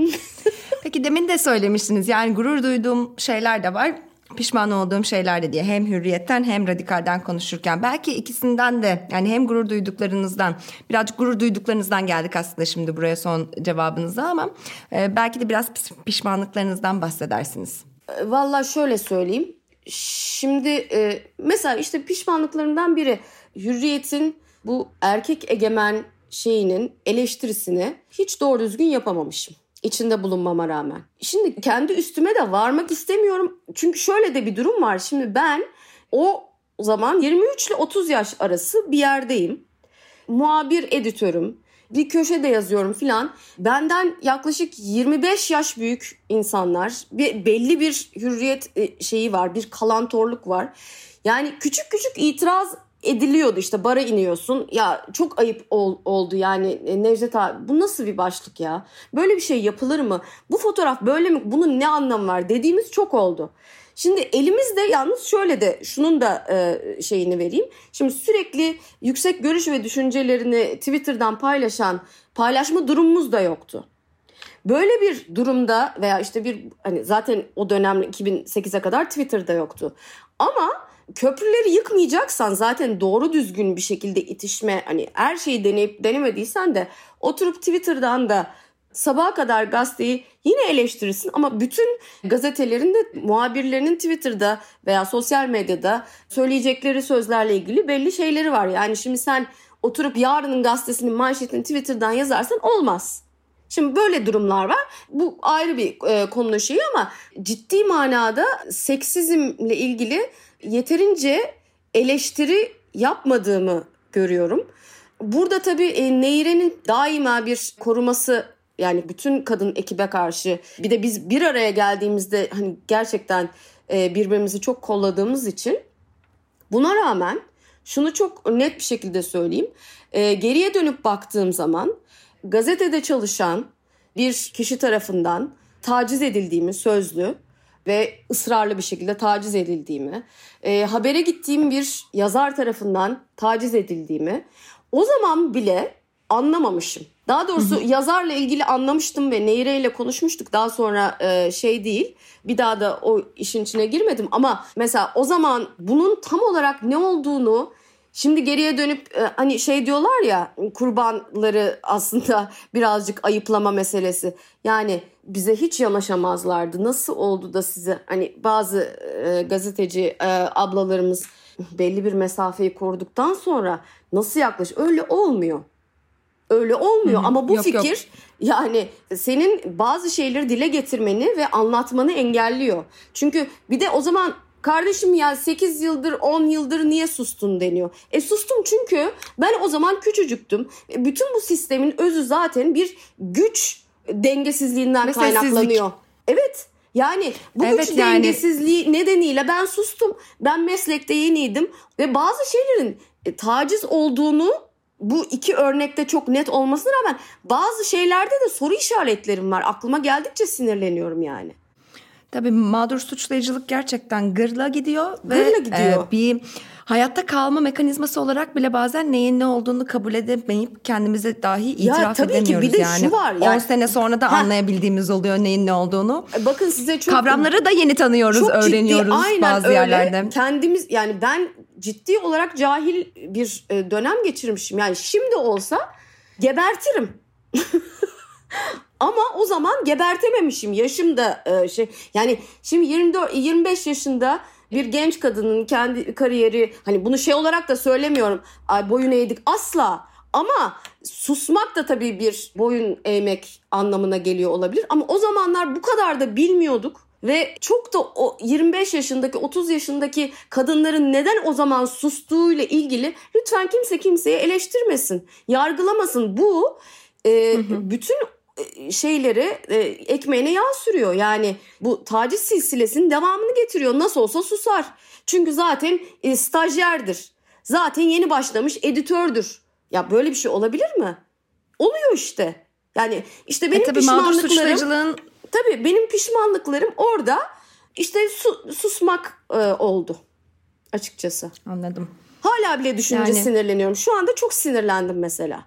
Peki demin de söylemiştiniz, yani gurur duyduğum şeyler de var, pişman olduğum şeyler de diye, hem Hürriyet'ten hem Radikal'den konuşurken belki ikisinden de, yani hem gurur duyduklarınızdan, birazcık gurur duyduklarınızdan geldik aslında şimdi buraya son cevabınıza, ama e, belki de biraz pişmanlıklarınızdan bahsedersiniz. Vallahi şöyle söyleyeyim. Şimdi e, mesela işte pişmanlıklarından biri Hürriyet'in bu erkek egemen şeyinin eleştirisini hiç doğru düzgün yapamamışım. İçinde bulunmama rağmen. Şimdi kendi üstüme de varmak istemiyorum. Çünkü şöyle de bir durum var. Şimdi ben o zaman yirmi üç ile otuz yaş arası bir yerdeyim. Muhabir editörüm. Bir köşede yazıyorum filan. Benden yaklaşık yirmi beş yaş büyük insanlar. Bir, belli bir hürriyet şeyi var. Bir kalantorluk var. Yani küçük küçük itiraz ediliyordu, işte bara iniyorsun. Ya çok ayıp ol, oldu yani Necdet abi, bu nasıl bir başlık ya? Böyle bir şey yapılır mı? Bu fotoğraf böyle mi? Bunun ne anlamı var? Dediğimiz çok oldu. Şimdi elimizde yalnız şöyle de şunun da e, şeyini vereyim. Şimdi sürekli yüksek görüş ve düşüncelerini Twitter'dan paylaşan paylaşma durumumuz da yoktu. Böyle bir durumda veya işte bir hani zaten o dönem iki bin sekize kadar Twitter'da yoktu. Ama köprüleri yıkmayacaksan, zaten doğru düzgün bir şekilde itişme, hani her şeyi deneyip denemediysen de oturup Twitter'dan da sabaha kadar gazeteyi yine eleştirirsin, ama bütün gazetelerin de muhabirlerinin Twitter'da veya sosyal medyada söyleyecekleri sözlerle ilgili belli şeyleri var. Yani şimdi sen oturup Yarın'ın gazetesinin manşetini Twitter'dan yazarsan olmaz. Şimdi böyle durumlar var. Bu ayrı bir e, konu şeyi, ama ciddi manada seksizmle ilgili yeterince eleştiri yapmadığımı görüyorum. Burada tabii e, Neyre'nin daima bir koruması, yani bütün kadın ekibe karşı, bir de biz bir araya geldiğimizde hani gerçekten e, birbirimizi çok kolladığımız için, buna rağmen şunu çok net bir şekilde söyleyeyim. E, geriye dönüp baktığım zaman gazetede çalışan bir kişi tarafından taciz edildiğimi, sözlü ve ısrarlı bir şekilde taciz edildiğimi, e, habere gittiğim bir yazar tarafından taciz edildiğimi o zaman bile anlamamışım. Daha doğrusu hı hı. yazarla ilgili anlamıştım ve Neyre ile konuşmuştuk. Daha sonra e, şey değil, bir daha da o işin içine girmedim. Ama mesela o zaman bunun tam olarak ne olduğunu, şimdi geriye dönüp e, hani şey diyorlar ya, kurbanları aslında birazcık ayıplama meselesi. Yani bize hiç yanaşamazlardı. Nasıl oldu da size, hani bazı e, gazeteci e, ablalarımız belli bir mesafeyi koruduktan sonra nasıl yaklaş? Öyle olmuyor. Öyle olmuyor. Hı-hı. Ama bu yok, fikir yok. Yani senin bazı şeyleri dile getirmeni ve anlatmanı engelliyor. Çünkü bir de o zaman kardeşim ya sekiz yıldır on yıldır niye sustun deniyor. E sustum çünkü ben o zaman küçücüktüm. Bütün bu sistemin özü zaten bir güç dengesizliğinden ve kaynaklanıyor. Sessizlik. Evet. Yani bu evet, güç yani dengesizliği nedeniyle ben sustum. Ben meslekte yeniydim ve bazı şeylerin e, taciz olduğunu, bu iki örnekte çok net olmasına rağmen bazı şeylerde de soru işaretlerim var. Aklıma geldikçe sinirleniyorum yani. Tabii mağdur suçlayıcılık gerçekten gırla gidiyor. Gırla gidiyor. E, bir hayatta kalma mekanizması olarak bile bazen neyin ne olduğunu kabul edemeyip kendimize dahi itiraf ya, tabii edemiyoruz. Ki bir de yani. Şu var. Yani, on sene sonra da ha. anlayabildiğimiz oluyor neyin ne olduğunu. Bakın size çok... Kavramları da yeni tanıyoruz, çok öğreniyoruz ciddi, aynen bazı öyle. Yerlerde. Kendimiz, yani ben ciddi olarak cahil bir dönem geçirmişim. Yani şimdi olsa gebertirim. Ama o zaman gebertememişim. Yaşım da e, şey, yani şimdi yirmi dört yirmi beş yaşında bir genç kadının kendi kariyeri, hani bunu şey olarak da söylemiyorum. Ay boyun eğdik asla. Ama susmak da tabii bir boyun eğmek anlamına geliyor olabilir. Ama o zamanlar bu kadar da bilmiyorduk. Ve çok da o yirmi beş yaşındaki otuz yaşındaki kadınların neden o zaman sustuğuyla ilgili lütfen kimse kimseye eleştirmesin, yargılamasın. Bu e, hı hı. bütün şeyleri e, ekmeğine yağ sürüyor. Yani bu taciz silsilesinin devamını getiriyor. Nasıl olsa susar. Çünkü zaten e, stajyerdir. Zaten yeni başlamış editördür. Ya böyle bir şey olabilir mi? Oluyor işte. Yani işte benim e, tabii pişmanlıklarım... Tabii benim pişmanlıklarım orada işte su, susmak e, oldu açıkçası. Anladım. Hala bile düşününce yani... sinirleniyorum. Şu anda çok sinirlendim mesela.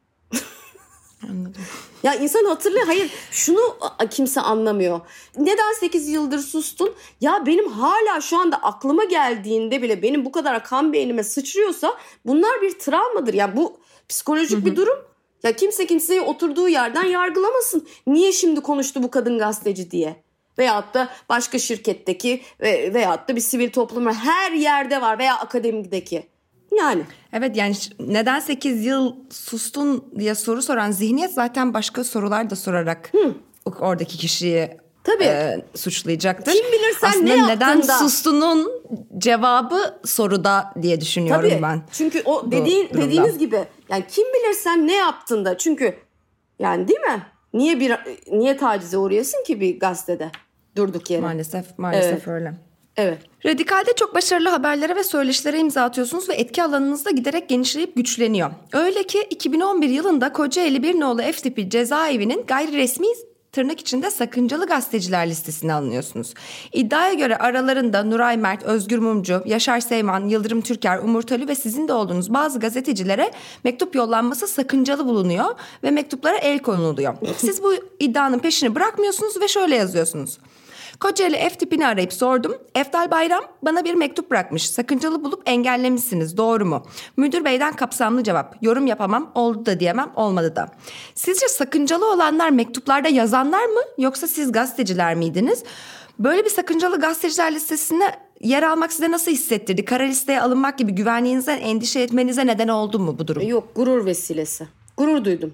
Anladım. Ya insan hatırlıyor. Hayır, şunu kimse anlamıyor. Neden sekiz yıldır sustun? Ya benim hala şu anda aklıma geldiğinde bile benim bu kadar kan beynime sıçrıyorsa bunlar bir travmadır. Ya bu psikolojik Hı-hı. bir durum. Ya kimse kimseyi oturduğu yerden yargılamasın. Niye şimdi konuştu bu kadın gazeteci diye? Veyahut da başka şirketteki ve, veyahut da bir sivil toplum, her yerde var veya akademideki. Yani. Evet, yani neden sekiz yıl sustun diye soru soran zihniyet zaten başka sorular da sorarak Hı. oradaki kişiyi Tabii. E, suçlayacaktır. Kim bilir sen aslında ne yaptın neden da. sustunun cevabı soruda diye düşünüyorum Tabii. ben. Çünkü o dediğin, dediğiniz gibi yani kim bilir sen ne yaptın da, çünkü yani değil mi? Niye bir niye tacize uğrayasın ki bir gazetede durduk yere? Maalesef maalesef evet. öyle. Evet. Radikal'de çok başarılı haberlere ve söyleşilere imza atıyorsunuz ve etki alanınız da giderek genişleyip güçleniyor. Öyle ki iki bin on bir yılında Kocaeli bir nolu F tipi cezaevinin gayri resmi tırnak içinde sakıncalı gazeteciler listesine alınıyorsunuz. İddiaya göre aralarında Nuray Mert, Özgür Mumcu, Yaşar Seyman, Yıldırım Türker, Umur Talü ve sizin de olduğunuz bazı gazetecilere mektup yollanması sakıncalı bulunuyor ve mektuplara el konuluyor. Siz bu iddianın peşini bırakmıyorsunuz ve şöyle yazıyorsunuz. Kocaeli F tipini arayıp sordum. Eftal Bayram bana bir mektup bırakmış. Sakıncalı bulup engellemişsiniz. Doğru mu? Müdür beyden kapsamlı cevap. Yorum yapamam. Oldu da diyemem. Olmadı da. Sizce sakıncalı olanlar mektuplarda yazanlar mı? Yoksa siz gazeteciler miydiniz? Böyle bir sakıncalı gazeteciler listesine yer almak size nasıl hissettirdi? Kara listeye alınmak gibi güvenliğinizden endişe etmenize neden oldu mu bu durum? Yok, gurur vesilesi. Gurur duydum.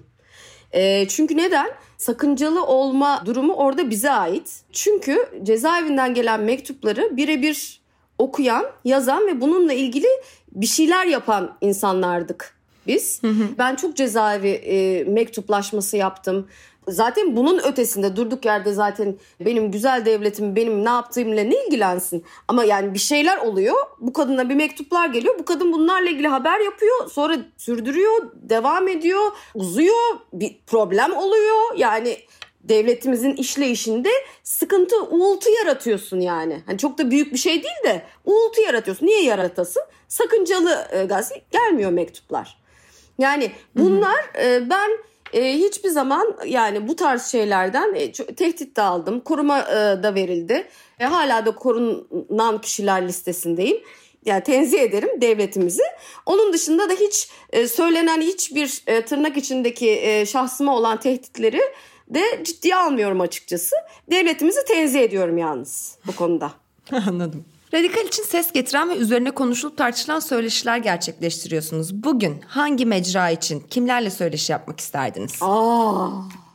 E, çünkü neden? Sakıncalı olma durumu orada bize ait. Çünkü cezaevinden gelen mektupları birebir okuyan, yazan ve bununla ilgili bir şeyler yapan insanlardık biz. Hı hı. Ben çok cezaevi e, mektuplaşması yaptım. Zaten bunun ötesinde durduk yerde zaten benim güzel devletim benim ne yaptığımla ne ilgilensin? Ama yani bir şeyler oluyor. Bu kadına bir mektuplar geliyor. Bu kadın bunlarla ilgili haber yapıyor. Sonra sürdürüyor, devam ediyor, uzuyor. Bir problem oluyor. Yani devletimizin işleyişinde sıkıntı, uğultu yaratıyorsun yani. Hani çok da büyük bir şey değil de uğultu yaratıyorsun. Niye yaratasın? Sakıncalı e, gazete gelmiyor mektuplar. Yani bunlar e, ben... E, hiçbir zaman yani bu tarz şeylerden e, tehdit de aldım. Koruma e, da verildi. E, hala da korunan kişiler listesindeyim. Yani tenzih ederim devletimizi. Onun dışında da hiç e, söylenen hiçbir e, tırnak içindeki e, şahsıma olan tehditleri de ciddiye almıyorum açıkçası. Devletimizi tenzih ediyorum yalnız bu konuda. Anladım. Radikal için ses getiren ve üzerine konuşulup tartışılan söyleşiler gerçekleştiriyorsunuz. Bugün hangi mecra için kimlerle söyleşi yapmak isterdiniz? Aa,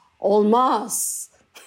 olmaz.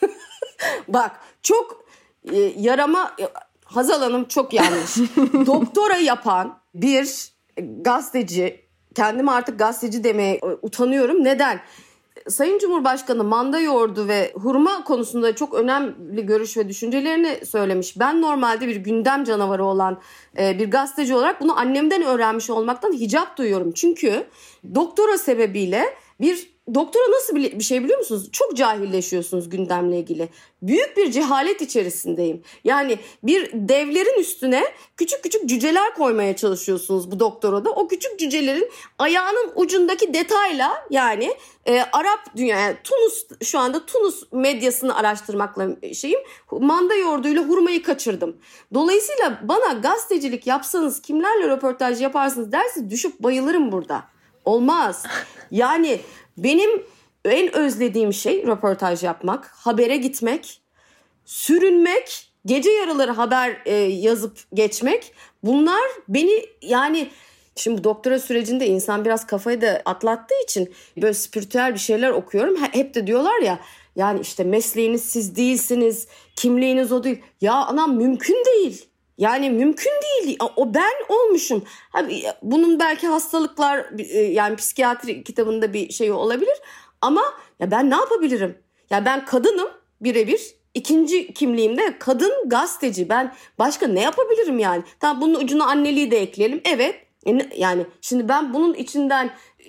Bak çok e, yarama Hazal Hanım çok yanlış. Doktora yapan bir gazeteci, kendime artık gazeteci demeye utanıyorum. Neden? Sayın Cumhurbaşkanı manda yoğurdu ve hurma konusunda çok önemli görüş ve düşüncelerini söylemiş. Ben normalde bir gündem canavarı olan bir gazeteci olarak bunu annemden öğrenmiş olmaktan hicap duyuyorum. Çünkü doktora sebebiyle bir doktora nasıl bir şey biliyor musunuz? Çok cahilleşiyorsunuz gündemle ilgili. Büyük bir cehalet içerisindeyim. Yani bir devlerin üstüne küçük küçük cüceler koymaya çalışıyorsunuz bu doktorada. O küçük cücelerin ayağının ucundaki detayla yani e, Arap dünya, yani Tunus, şu anda Tunus medyasını araştırmakla şeyim, manda yoğurduyla hurmayı kaçırdım. Dolayısıyla bana gazetecilik yapsanız, kimlerle röportaj yaparsınız dersiniz, düşüp bayılırım burada. Olmaz. Yani benim en özlediğim şey röportaj yapmak, habere gitmek, sürünmek, gece yarıları haber e, yazıp geçmek. Bunlar beni yani şimdi bu doktora sürecinde insan biraz kafayı da atlattığı için böyle spiritüel bir şeyler okuyorum. Hep de diyorlar ya yani işte mesleğiniz siz değilsiniz, kimliğiniz o değil. Ya anam mümkün değil. Yani mümkün değil. O ben olmuşum. Bunun belki hastalıklar yani psikiyatri kitabında bir şey olabilir. Ama ya ben ne yapabilirim? Ya ben kadınım birebir. İkinci kimliğimde kadın gazeteci. Ben başka ne yapabilirim yani? Tamam, bunun ucuna anneliği de ekleyelim. Evet. Yani şimdi ben bunun içinden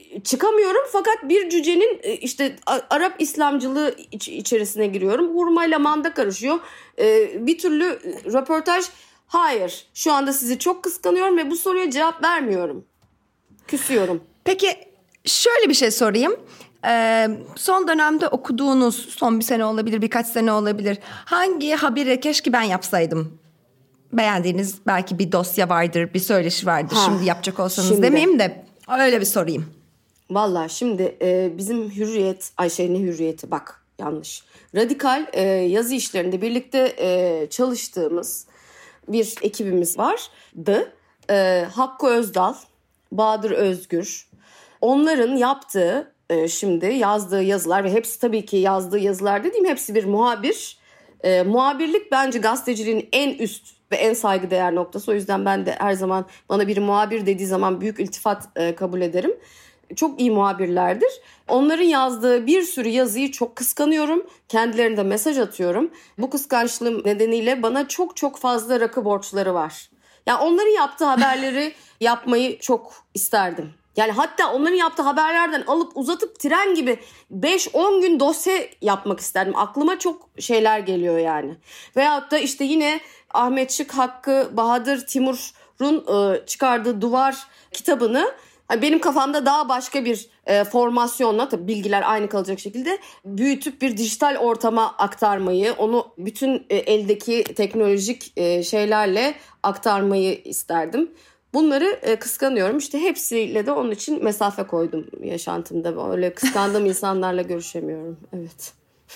çıkamıyorum fakat bir cücenin işte Arap İslamcılığı iç, içerisine giriyorum. Hurmayla manda karışıyor. Ee, bir türlü röportaj, hayır şu anda sizi çok kıskanıyorum ve bu soruya cevap vermiyorum. Küsüyorum. Peki şöyle bir şey sorayım. Ee, son dönemde okuduğunuz, son bir sene olabilir, birkaç sene olabilir. Hangi haberi keşke ben yapsaydım? Beğendiğiniz belki bir dosya vardır, bir söyleşi vardır. Ha, şimdi yapacak olsanız şimdi demeyeyim de öyle bir sorayım. Vallahi şimdi e, bizim Hürriyet, Ayşe'nin Hürriyeti bak yanlış. Radikal e, yazı işlerinde birlikte e, çalıştığımız bir ekibimiz vardı. E, Hakkı Özdal, Bahadır Özgür. Onların yaptığı e, şimdi yazdığı yazılar ve hepsi tabii ki yazdığı yazılar dediğim hepsi bir muhabir. E, muhabirlik bence gazeteciliğin en üst ve en saygıdeğer noktası. O yüzden ben de her zaman bana biri muhabir dediği zaman büyük iltifat e, kabul ederim. Çok iyi muhabirlerdir. Onların yazdığı bir sürü yazıyı çok kıskanıyorum. Kendilerine de mesaj atıyorum. Bu kıskançlığım nedeniyle bana çok çok fazla rakı borçları var. Yani onların yaptığı haberleri yapmayı çok isterdim. Yani hatta onların yaptığı haberlerden alıp uzatıp tren gibi beş on gün dosya yapmak isterdim. Aklıma çok şeyler geliyor yani. Veyahut da işte yine Ahmet Şık, Hakkı, Bahadır, Timur'un çıkardığı Duvar kitabını benim kafamda daha başka bir e, formasyonla, tabii bilgiler aynı kalacak şekilde büyütüp bir dijital ortama aktarmayı, onu bütün e, eldeki teknolojik e, şeylerle aktarmayı isterdim. Bunları e, kıskanıyorum. İşte hepsiyle de onun için mesafe koydum yaşantımda. Öyle kıskandığım insanlarla görüşemiyorum. Evet.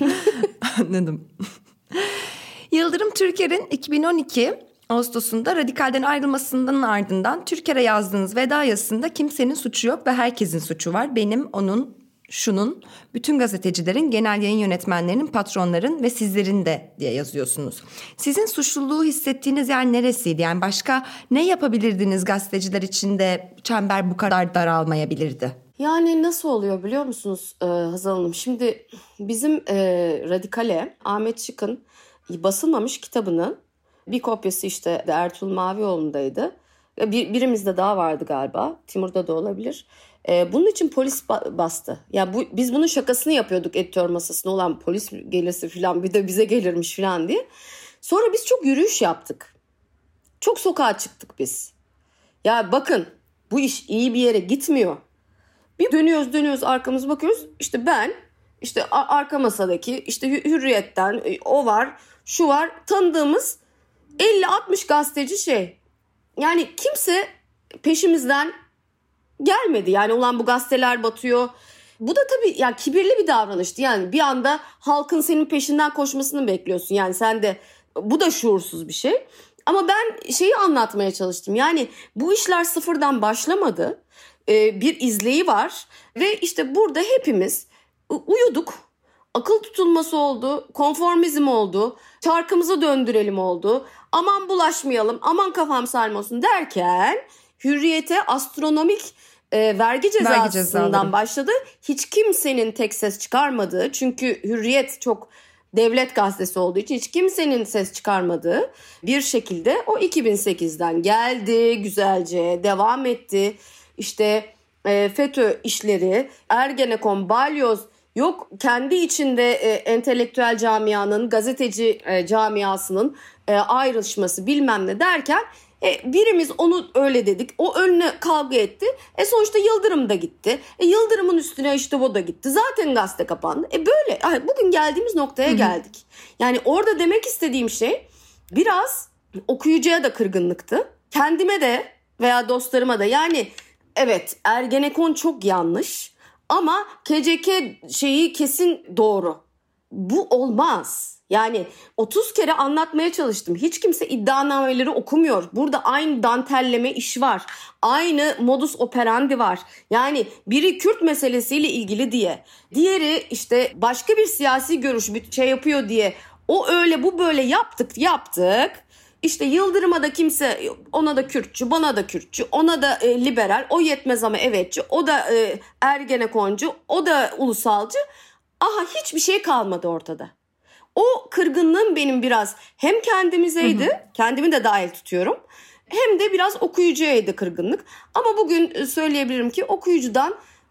Anladım. Yıldırım Türker'in iki bin on iki Ağustos'unda Radikal'den ayrılmasının ardından Türker'e yazdığınız veda yazısında kimsenin suçu yok ve herkesin suçu var. Benim, onun, şunun, bütün gazetecilerin, genel yayın yönetmenlerinin, patronların ve sizlerin de diye yazıyorsunuz. Sizin suçluluğu hissettiğiniz yer neresiydi? Yani başka ne yapabilirdiniz gazeteciler için de çember bu kadar daralmayabilirdi? Yani nasıl oluyor biliyor musunuz ee, Hazal Hanım? Şimdi bizim e, Radikal'e Ahmet Şık'ın basılmamış kitabının bir kopyası işte Ertuğrul Mavioğlu'ndaydı. Bir, birimizde daha vardı galiba. Timur'da da olabilir. Ee, bunun için polis ba- bastı. Ya bu, biz bunun şakasını yapıyorduk editör masasına, olan polis gelirse falan bir de bize gelirmiş falan diye. Sonra biz çok yürüyüş yaptık. Çok sokağa çıktık biz. Ya bakın bu iş iyi bir yere gitmiyor. Bir dönüyoruz dönüyoruz arkamızı bakıyoruz. İşte ben, işte arka masadaki, işte Hürriyet'ten o var, şu var, tanıdığımız elli altmış gazeteci şey. Yani kimse peşimizden gelmedi. Yani ulan bu gazeteler batıyor. Bu da tabii yani kibirli bir davranıştı. Yani bir anda halkın senin peşinden koşmasını bekliyorsun. Yani sen de, bu da şuursuz bir şey. Ama ben şeyi anlatmaya çalıştım. Yani bu işler sıfırdan başlamadı. Ee, bir izleyi var. Ve işte burada hepimiz uyuduk. Akıl tutulması oldu. Konformizm oldu. Çarkımızı döndürelim oldu. Aman bulaşmayalım. Aman kafam sarmasın derken Hürriyet'e astronomik e, vergi cezasından başladı. Hiç kimsenin tek ses çıkarmadığı, çünkü Hürriyet çok devlet gazetesi olduğu için hiç kimsenin ses çıkarmadığı bir şekilde o iki bin sekizden geldi, güzelce devam etti. İşte e, FETÖ işleri, Ergenekon, Balyoz, yok kendi içinde e, entelektüel camianın, gazeteci e, camiasının e, ayrışması bilmem ne derken E, birimiz onu öyle dedik. O önüne kavga etti. E sonuçta Yıldırım da gitti. E Yıldırım'ın üstüne işte o da gitti. Zaten gazete kapandı. E böyle bugün geldiğimiz noktaya Hı-hı. geldik. Yani orada demek istediğim şey biraz okuyucuya da kırgınlıktı. Kendime de veya dostlarıma da. Yani evet, Ergenekon çok yanlış ama K C K şeyi kesin doğru. Bu olmaz. Yani otuz kere anlatmaya çalıştım. Hiç kimse iddianameleri okumuyor. Burada aynı dantelleme iş var. Aynı modus operandi var. Yani biri Kürt meselesiyle ilgili diye, diğeri işte başka bir siyasi görüş şey yapıyor diye, o öyle bu böyle yaptık yaptık. İşte Yıldırım'a da kimse, ona da Kürtçü, bana da Kürtçü, ona da e, liberal, o yetmez ama evetçi, o da e, Ergenekoncu, o da ulusalcı. Aha hiçbir şey kalmadı ortada. O kırgınlığım benim biraz hem kendimizeydi, hı hı. kendimi de dahil tutuyorum, hem de biraz okuyucuyaydı kırgınlık. Ama bugün söyleyebilirim ki okuyucudan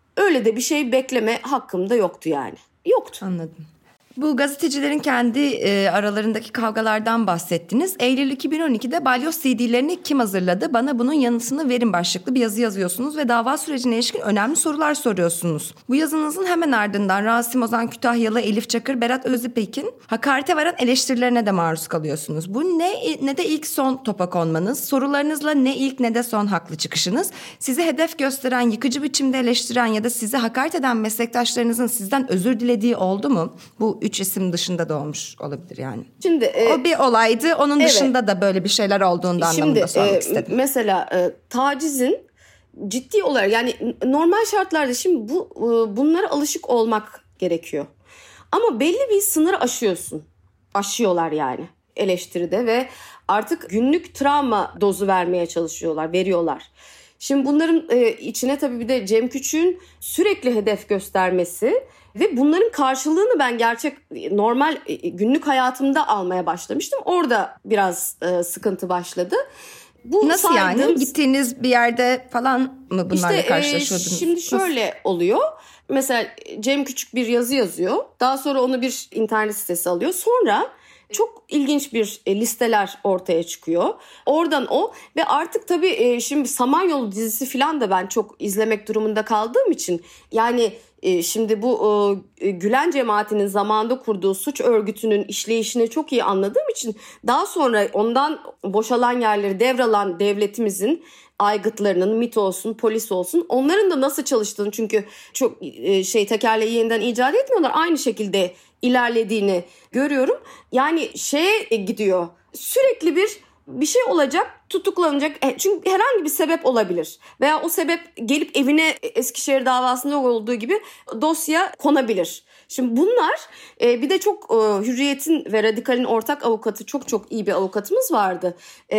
öyle de bir şey bekleme hakkım da yoktu yani. Yoktu. Anladım. Bu gazetecilerin kendi e, aralarındaki kavgalardan bahsettiniz. Eylül iki bin on ikide Balyoz C D'lerini kim hazırladı? Bana bunun yanıtını verin başlıklı bir yazı yazıyorsunuz ve dava sürecine ilişkin önemli sorular soruyorsunuz. Bu yazınızın hemen ardından Rasim Ozan Kütahyalı, Elif Çakır, Berat Özipek'in hakarete varan eleştirilerine de maruz kalıyorsunuz. Bu ne ne de ilk son topa konmanız, sorularınızla ne ilk ne de son haklı çıkışınız, sizi hedef gösteren, yıkıcı biçimde eleştiren ya da sizi hakaret eden meslektaşlarınızın sizden özür dilediği oldu mu? Bu üç isim dışında da olmuş olabilir yani. Şimdi e, o bir olaydı. Onun evet. dışında da böyle bir şeyler olduğundan Şimdi, anlamında sormak e, istedim. Mesela e, tacizin ciddi olarak yani normal şartlarda şimdi bu e, bunlara alışık olmak gerekiyor. Ama belli bir sınırı aşıyorsun. Aşıyorlar yani eleştiride ve artık günlük travma dozu vermeye çalışıyorlar, veriyorlar. Şimdi bunların e, içine tabii bir de Cem Küçük'ün sürekli hedef göstermesi ve bunların karşılığını ben gerçek normal günlük hayatımda almaya başlamıştım. Orada biraz e, sıkıntı başladı. Bu Nasıl saydığım, yani? Gittiğiniz bir yerde falan mı bunlarla işte, karşılaşıyordunuz? E, şimdi şöyle Nasıl? oluyor. Mesela Cem Küçük bir yazı yazıyor. Daha sonra onu bir internet sitesi alıyor. Sonra çok ilginç bir listeler ortaya çıkıyor. Oradan o ve artık tabii şimdi Samanyolu dizisi falan da ben çok izlemek durumunda kaldığım için yani şimdi bu Gülen cemaatinin zamanında kurduğu suç örgütünün işleyişini çok iyi anladığım için daha sonra ondan boşalan yerleri devralan devletimizin aygıtlarının, MİT olsun, polis olsun onların da nasıl çalıştığını çünkü çok şey tekerleği yeniden icat etmiyorlar. Aynı şekilde ilerlediğini görüyorum. Yani şeye gidiyor. Sürekli bir bir şey olacak, tutuklanacak. Çünkü herhangi bir sebep olabilir. Veya o sebep gelip evine Eskişehir davasında olduğu gibi dosya konabilir. Şimdi bunlar bir de çok Hürriyet'in ve Radikal'in ortak avukatı çok çok iyi bir avukatımız vardı.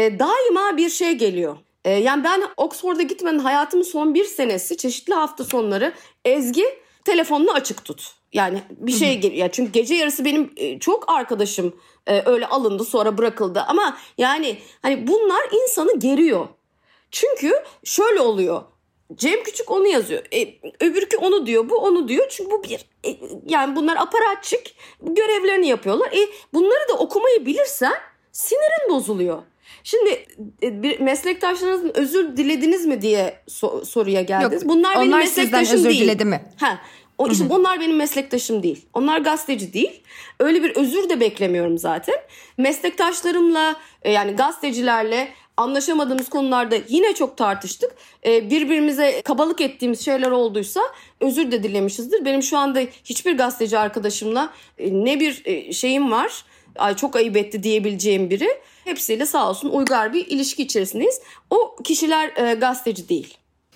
Daima bir şey geliyor. Yani ben Oxford'a gitmenin hayatımın son bir senesi çeşitli hafta sonları Ezgi telefonunu açık tut. Yani bir şey geliyor. Çünkü gece yarısı benim çok arkadaşım öyle alındı sonra bırakıldı. Ama yani hani bunlar insanı geriyor. Çünkü şöyle oluyor. Cem Küçük onu yazıyor. E, öbürkü onu diyor. Bu onu diyor. Çünkü bu bir e, yani bunlar aparatçik görevlerini yapıyorlar. E, bunları da okumayı bilirsen sinirin bozuluyor. Şimdi bir meslektaşlarınızın özür dilediniz mi diye so- soruya geldiniz. Yok, bunlar benim meslektaşım özür değil. diledi mi? Ha. O işte bunlar benim meslektaşım değil. Onlar gazeteci değil. Öyle bir özür de beklemiyorum zaten. Meslektaşlarımla yani gazetecilerle anlaşamadığımız konularda yine çok tartıştık. Birbirimize kabalık ettiğimiz şeyler olduysa özür de dilemişizdir. Benim şu anda hiçbir gazeteci arkadaşımla ne bir şeyim var. Ay çok ayıp etti diyebileceğim biri. Hepsiyle sağ olsun uygar bir ilişki içerisindeyiz. O kişiler e, gazeteci değil.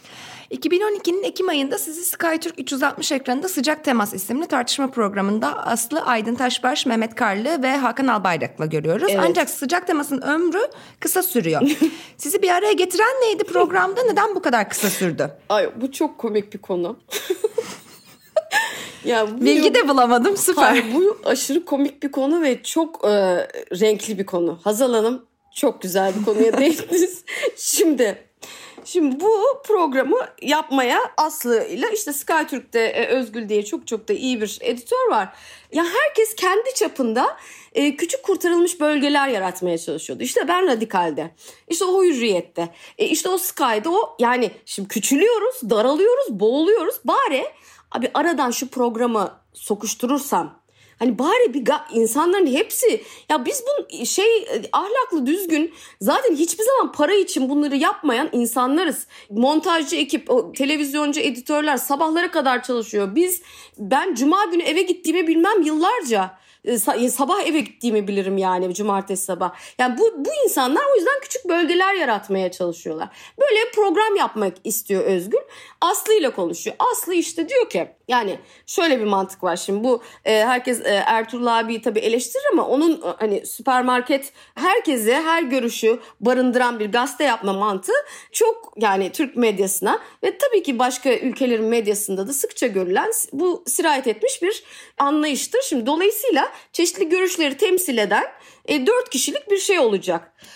iki bin on ikinin Ekim ayında sizi SkyTürk üç yüz altmış ekranında Sıcak Temas isimli tartışma programında Aslı Aydın Taşbaş, Mehmet Karlı ve Hakan Albayrak'la görüyoruz. Evet. Ancak Sıcak Temas'ın ömrü kısa sürüyor. Sizi bir araya getiren neydi programda? Neden bu kadar kısa sürdü? Ay bu çok komik bir konu. Ya bilgi de bulamadım, süper. Hayır, bu aşırı komik bir konu ve çok e, renkli bir konu. Hazal Hanım çok güzel bir konuya değindiniz. Şimdi şimdi bu programı yapmaya Aslı ile işte SkyTürk'te e, Özgül diye çok çok da iyi bir editör var. Ya herkes kendi çapında e, küçük kurtarılmış bölgeler yaratmaya çalışıyordu. İşte ben Radikal'de, işte o Hürriyet'te, e, işte o Sky'da o yani şimdi küçülüyoruz, daralıyoruz, boğuluyoruz. Bari abi aradan şu programı sokuşturursam hani bari bir ga- insanların hepsi ya biz bu şey ahlaklı düzgün zaten hiçbir zaman para için bunları yapmayan insanlarız. Montajcı ekip, o televizyoncu editörler sabahlara kadar çalışıyor. Biz ben cuma günü eve gittiğimi bilmem yıllarca. Sabah eve gittiğimi bilirim yani cumartesi sabah. Yani bu, bu insanlar o yüzden küçük bölgeler yaratmaya çalışıyorlar. Böyle program yapmak istiyor Özgül. Aslı ile konuşuyor. Aslı işte diyor ki yani şöyle bir mantık var şimdi bu e, herkes e, Ertuğrul abiyi tabii eleştirir ama onun e, hani süpermarket herkese her görüşü barındıran bir gazete yapma mantığı çok yani Türk medyasına ve tabii ki başka ülkelerin medyasında da sıkça görülen bu sirayet etmiş bir anlayıştır. Şimdi dolayısıyla çeşitli görüşleri temsil eden e, dört kişilik bir şey olacak.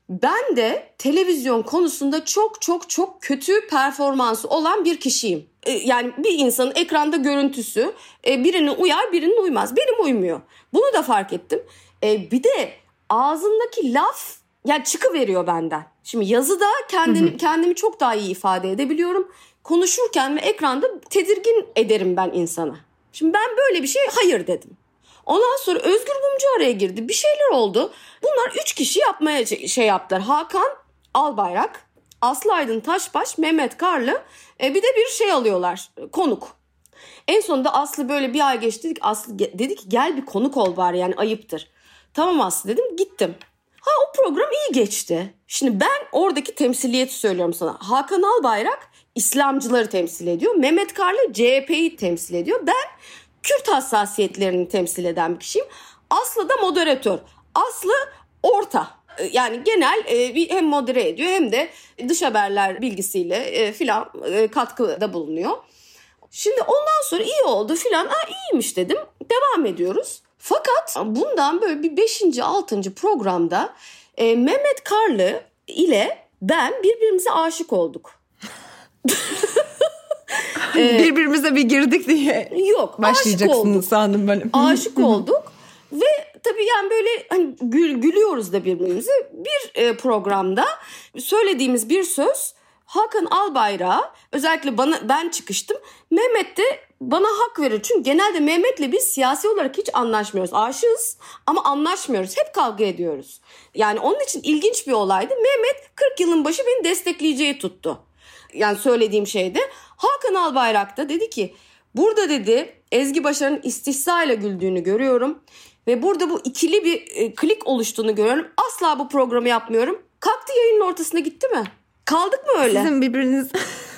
Ben de televizyon konusunda çok çok çok kötü performansı olan bir kişiyim. Yani bir insanın ekranda görüntüsü birine uyar, birine uymaz. Benim uymuyor. Bunu da fark ettim. Bir de ağzımdaki laf yani çıkıveriyor benden. Şimdi yazıda kendini, hı hı. kendimi çok daha iyi ifade edebiliyorum. Konuşurken ve ekranda tedirgin ederim ben insana. Şimdi ben böyle bir şey hayır dedim. Ondan sonra Özgür Mumcu araya girdi. Bir şeyler oldu. Bunlar üç kişi yapmaya şey yaptılar. Hakan Albayrak, Aslı Aydın Taşbaş, Mehmet Karlı e, bir de bir şey alıyorlar. Konuk. En sonunda Aslı böyle bir ay geçti. Dedik, Aslı dedi ki gel bir konuk ol bari yani ayıptır. Tamam Aslı dedim gittim. Ha o program iyi geçti. Şimdi ben oradaki temsiliyeti söylüyorum sana. Hakan Albayrak İslamcıları temsil ediyor. Mehmet Karlı C H P'yi temsil ediyor. Ben Kürt hassasiyetlerini temsil eden bir kişiyim. Aslı da moderatör. Aslı orta. Yani genel bir hem modere ediyor hem de dış haberler bilgisiyle filan katkıda bulunuyor. Şimdi ondan sonra iyi oldu filan. Aa iyiymiş dedim. Devam ediyoruz. Fakat bundan böyle bir beşinci altıncı programda Mehmet Karlı ile ben birbirimize aşık olduk. Birbirimize bir girdik diye. Yok, başlayacaksınız sandım böyle. Aşık olduk ve tabii yani böyle hani gül, gülüyoruz da birbirimize. Bir e, programda söylediğimiz bir söz Hakan Albayrak'a özellikle bana ben çıkıştım. Mehmet de bana hak verir. Çünkü genelde Mehmet'le biz siyasi olarak hiç anlaşmıyoruz. Aşığız ama anlaşmıyoruz. Hep kavga ediyoruz. Yani onun için ilginç bir olaydı. Mehmet kırk yılın başı beni destekleyeceği tuttu. Yani söylediğim şeyde Hakan Albayrak da dedi ki burada dedi Ezgi Başar'ın istihzayla güldüğünü görüyorum ve burada bu ikili bir e, klik oluştuğunu görüyorum. Asla bu programı yapmıyorum. Kalktı yayının ortasına gitti mi? Kaldık mı öyle? Sizin birbiriniz...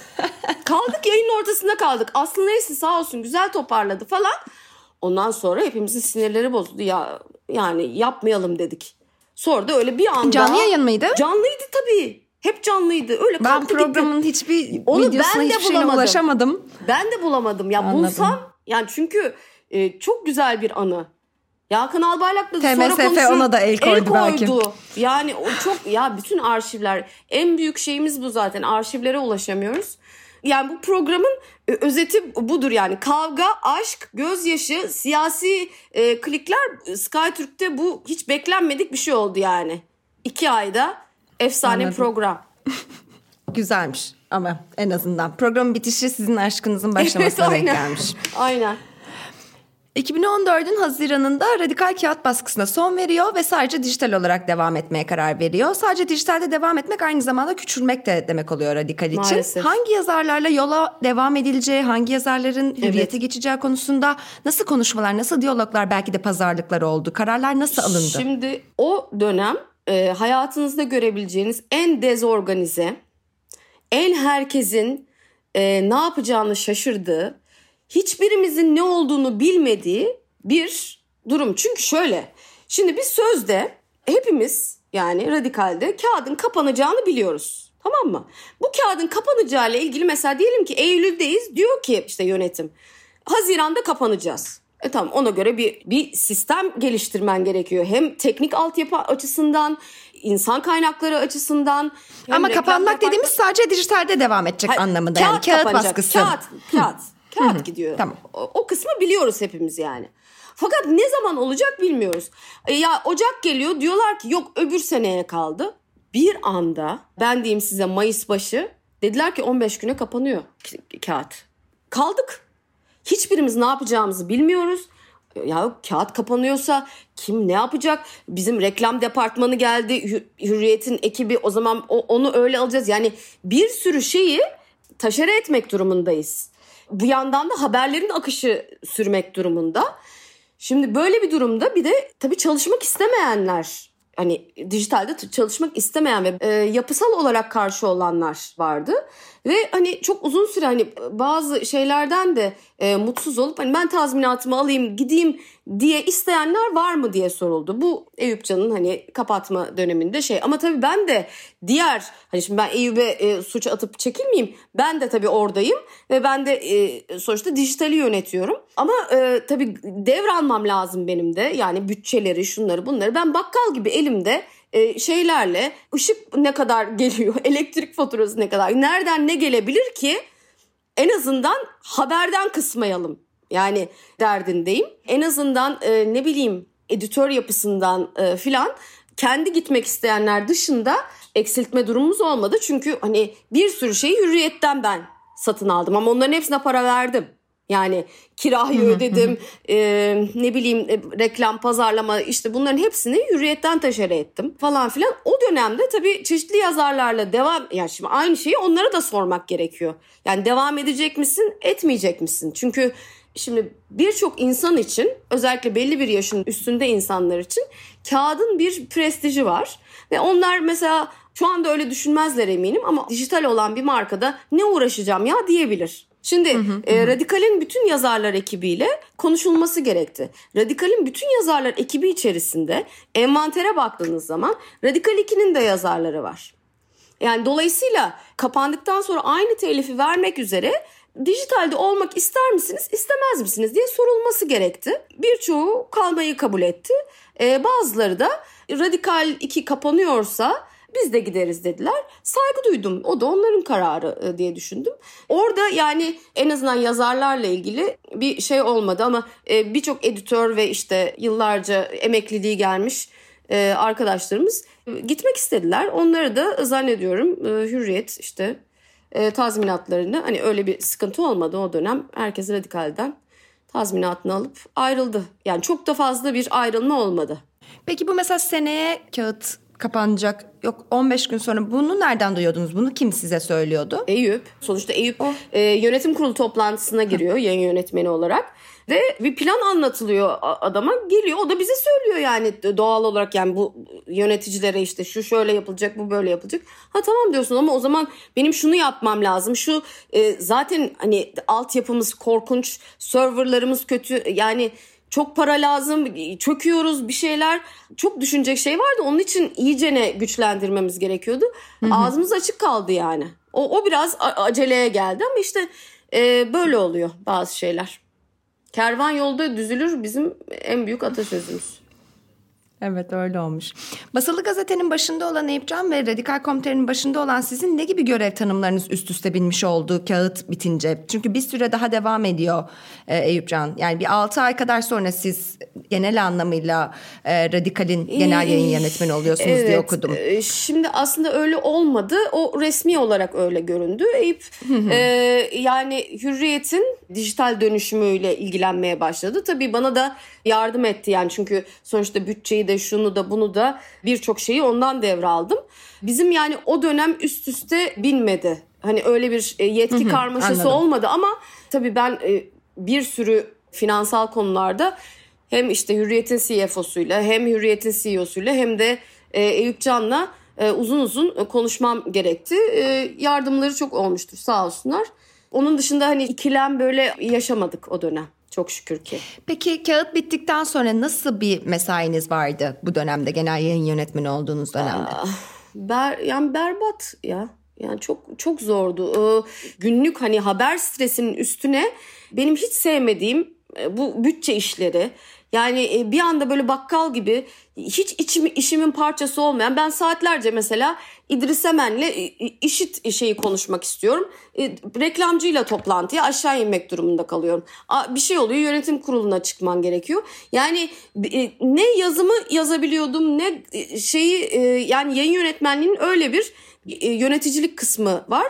kaldık yayının ortasında kaldık. Aslı neyse sağ olsun güzel toparladı falan. Ondan sonra hepimizin sinirleri bozuldu ya yani yapmayalım dedik. Sonra da öyle bir anda... Canlı yayın mıydı? Canlıydı tabii. Hep canlıydı. Öyle ben programın gitti. Hiçbir Onu videosuna hiçbir şeyine ulaşamadım. Ben de bulamadım. Ya Anladım. Bulsam yani çünkü e, çok güzel bir anı. Ya Hakan Albayrak'la sonra konuşuyor. T M S F ona da el koydu, el koydu belki. Yani o çok ya bütün arşivler en büyük şeyimiz bu zaten. Arşivlere ulaşamıyoruz. Yani bu programın özeti budur yani. Kavga, aşk, gözyaşı, siyasi e, klikler SkyTürk'te bu hiç beklenmedik bir şey oldu yani. İki ayda efsane Anladım. Program. Güzelmiş ama en azından. Programın bitişi sizin aşkınızın başlamasına evet, denk gelmiş. Aynen. iki bin on dördün Haziran'ında radikal kağıt baskısına son veriyor ve sadece dijital olarak devam etmeye karar veriyor. Sadece dijitalde devam etmek aynı zamanda küçülmek de demek oluyor radikal için. Maalesef. Hangi yazarlarla yola devam edileceği, hangi yazarların hürriyete evet. geçeceği konusunda nasıl konuşmalar, nasıl diyaloglar belki de pazarlıklar oldu? Kararlar nasıl alındı? Şimdi o dönem e, hayatınızda görebileceğiniz en dezorganize, en herkesin e, ne yapacağını şaşırdığı, hiçbirimizin ne olduğunu bilmediği bir durum. Çünkü şöyle, şimdi biz sözde hepimiz yani radikalde kağıdın kapanacağını biliyoruz. Tamam mı? Bu kağıdın kapanacağıyla ilgili mesela diyelim ki Eylül'deyiz, diyor ki işte yönetim Haziran'da kapanacağız. E tamam, ona göre bir, bir sistem geliştirmen gerekiyor. Hem teknik altyapı açısından, insan kaynakları açısından. Ama kapanmak yapar... dediğimiz sadece dijitalde devam edecek ha, anlamında. Kağıt yani kağıt baskısı. Kağıt, kağıt, kağıt gidiyor. Tamam. O, o kısmı biliyoruz hepimiz yani. Fakat ne zaman olacak bilmiyoruz. E ya Ocak geliyor, diyorlar ki yok öbür seneye kaldı. Bir anda ben diyeyim size Mayıs başı dediler ki on beş güne kapanıyor ka- kağıt. Kaldık. Hiçbirimiz ne yapacağımızı bilmiyoruz. Ya kağıt kapanıyorsa kim ne yapacak? Bizim reklam departmanı geldi. Hürriyet'in ekibi, o zaman o, onu öyle alacağız. Yani bir sürü şeyi taşere etmek durumundayız. Bu yandan da haberlerin akışı sürmek durumunda. Şimdi böyle bir durumda bir de tabii çalışmak istemeyenler, hani dijitalde çalışmak istemeyen ve e, yapısal olarak karşı olanlar vardı. Ve hani çok uzun süre hani bazı şeylerden de e, mutsuz olup hani ben tazminatımı alayım gideyim diye isteyenler var mı diye soruldu. Bu Eyüp Can'ın hani kapatma döneminde şey. Ama tabii ben de diğer hani şimdi ben Eyüp'e e, suç atıp çekilmeyeyim. Ben de tabii oradayım ve ben de e, sonuçta dijitali yönetiyorum. Ama e, tabii devralmam lazım benim de. Yani bütçeleri, şunları bunları. Ben bakkal gibi elimde e, şeylerle ışık ne kadar geliyor, elektrik faturası ne kadar, nereden ne gelebilir ki en azından haberden kısmayalım. Yani derdindeyim. En azından e, ne bileyim editör yapısından e, filan kendi gitmek isteyenler dışında eksiltme durumumuz olmadı. Çünkü hani bir sürü şeyi Hürriyet'ten ben satın aldım ama onların hepsine para verdim. Yani kirayı ödedim, e, ne bileyim e, reklam, pazarlama, işte bunların hepsini Hürriyet'ten taşere ettim falan filan. O dönemde tabii çeşitli yazarlarla devam, yani şimdi aynı şeyi onlara da sormak gerekiyor. Yani devam edecek misin, etmeyecek misin? Çünkü şimdi birçok insan için, özellikle belli bir yaşın üstünde insanlar için kağıdın bir prestiji var. Ve onlar mesela şu anda öyle düşünmezler eminim ama dijital olan bir markada ne uğraşacağım ya diyebilir. Şimdi hı hı, e, hı. Radikal'in bütün yazarlar ekibiyle konuşulması gerekti. Radikal'in bütün yazarlar ekibi içerisinde envantere baktığınız zaman Radikal iki'nin de yazarları var. Yani dolayısıyla kapandıktan sonra aynı telifi vermek üzere dijitalde olmak ister misiniz, istemez misiniz diye sorulması gerekti. Birçoğu kalmayı kabul etti. Ee, bazıları da Radikal iki kapanıyorsa biz de gideriz dediler. Saygı duydum. O da onların kararı diye düşündüm. Orada yani en azından yazarlarla ilgili bir şey olmadı ama birçok editör ve işte yıllarca emekliliği gelmiş arkadaşlarımız gitmek istediler. Onları da zannediyorum Hürriyet işte tazminatlarını, hani öyle bir sıkıntı olmadı o dönem. Herkes Radikal'den tazminatını alıp ayrıldı. Yani çok da fazla bir ayrılma olmadı. Peki bu mesela seneye kağıt kapanacak, yok on beş gün sonra, bunu nereden duyuyordunuz? Bunu kim size söylüyordu? Eyüp. Sonuçta Eyüp oh. e, yönetim kurulu toplantısına giriyor yayın yönetmeni olarak. Ve bir plan anlatılıyor adama, geliyor o da bize söylüyor yani doğal olarak, yani bu yöneticilere işte şu şöyle yapılacak, bu böyle yapılacak. Ha tamam diyorsun ama o zaman benim şunu yapmam lazım. Şu e, zaten hani altyapımız korkunç, serverlarımız kötü, yani çok para lazım, çöküyoruz, bir şeyler, çok düşünecek şey vardı. Onun için iyicene güçlendirmemiz gerekiyordu. Hı hı. Ağzımız açık kaldı yani. O, o biraz aceleye geldi ama işte e, böyle oluyor bazı şeyler. Kervan yolda düzülür bizim en büyük atasözümüz. Evet, öyle olmuş. Basılı gazetenin başında olan Eyüpcan ve Radikal Komiter'in başında olan sizin ne gibi görev tanımlarınız üst üste binmiş oldu kağıt bitince? Çünkü bir süre daha devam ediyor e, Eyüpcan. Yani bir altı ay kadar sonra siz genel anlamıyla e, Radikal'in genel yayın yönetmeni oluyorsunuz evet, diye okudum. Şimdi aslında öyle olmadı. O resmi olarak öyle göründü. Eyüp e, yani Hürriyet'in dijital dönüşümüyle ilgilenmeye başladı. Tabii bana da yardım etti yani, çünkü sonuçta bütçeyi de şunu da bunu da birçok şeyi ondan devraldım. Bizim yani o dönem üst üste binmedi. Hani öyle bir yetki hı hı, karmaşası anladım. Olmadı ama tabii ben bir sürü finansal konularda hem işte Hürriyet'in C F O'suyla hem Hürriyet'in C E O'suyla hem de Eyüp Can'la uzun uzun konuşmam gerekti. Yardımları çok olmuştur sağ olsunlar. Onun dışında hani ikilem böyle yaşamadık o dönem. Çok şükür ki. Peki kağıt bittikten sonra nasıl bir mesainiz vardı bu dönemde, genel yayın yönetmeni olduğunuz dönemde? Aa, ber, yani berbat ya. Yani çok çok zordu. Ee, günlük hani haber stresinin üstüne benim hiç sevmediğim bu bütçe işleri. Yani bir anda böyle bakkal gibi hiç içim, işimin parçası olmayan, ben saatlerce mesela İdris Emen'le işit şeyi konuşmak istiyorum. Reklamcıyla toplantıya aşağı inmek durumunda kalıyorum. Bir şey oluyor, yönetim kuruluna çıkman gerekiyor. Yani ne yazımı yazabiliyordum ne şeyi, yani yayın yönetmenliğinin öyle bir yöneticilik kısmı var.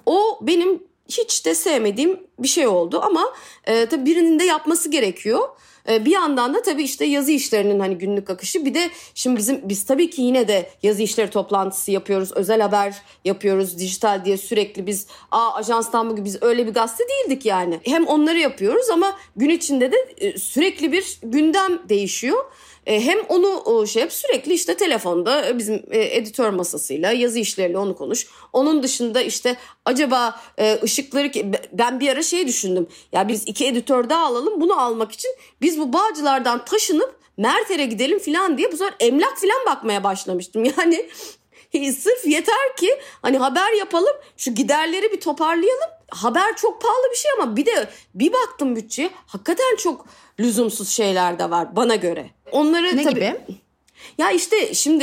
O benim hiç de sevmediğim bir şey oldu ama e, tabii birinin de yapması gerekiyor. E, bir yandan da tabii işte yazı işlerinin hani günlük akışı, bir de şimdi bizim biz tabii ki yine de yazı işleri toplantısı yapıyoruz, özel haber yapıyoruz, dijital diye sürekli biz aa ajanstan bugün, biz öyle bir gazete değildik yani. Hem onları yapıyoruz ama gün içinde de e, sürekli bir gündem değişiyor. Hem onu şey yap, sürekli işte telefonda bizim editör masasıyla, yazı işleriyle onu konuş. Onun dışında işte acaba ışıkları, ben bir ara şey düşündüm. Ya biz iki editör daha alalım, bunu almak için biz bu Bağcılar'dan taşınıp Merter'e gidelim falan diye bu sefer emlak falan bakmaya başlamıştım. Yani sırf yeter ki hani haber yapalım, şu giderleri bir toparlayalım. Haber çok pahalı bir şey ama bir de bir baktım bütçeye, hakikaten çok lüzumsuz şeyler de var bana göre. Onları ne tabii, gibi? Ya işte şimdi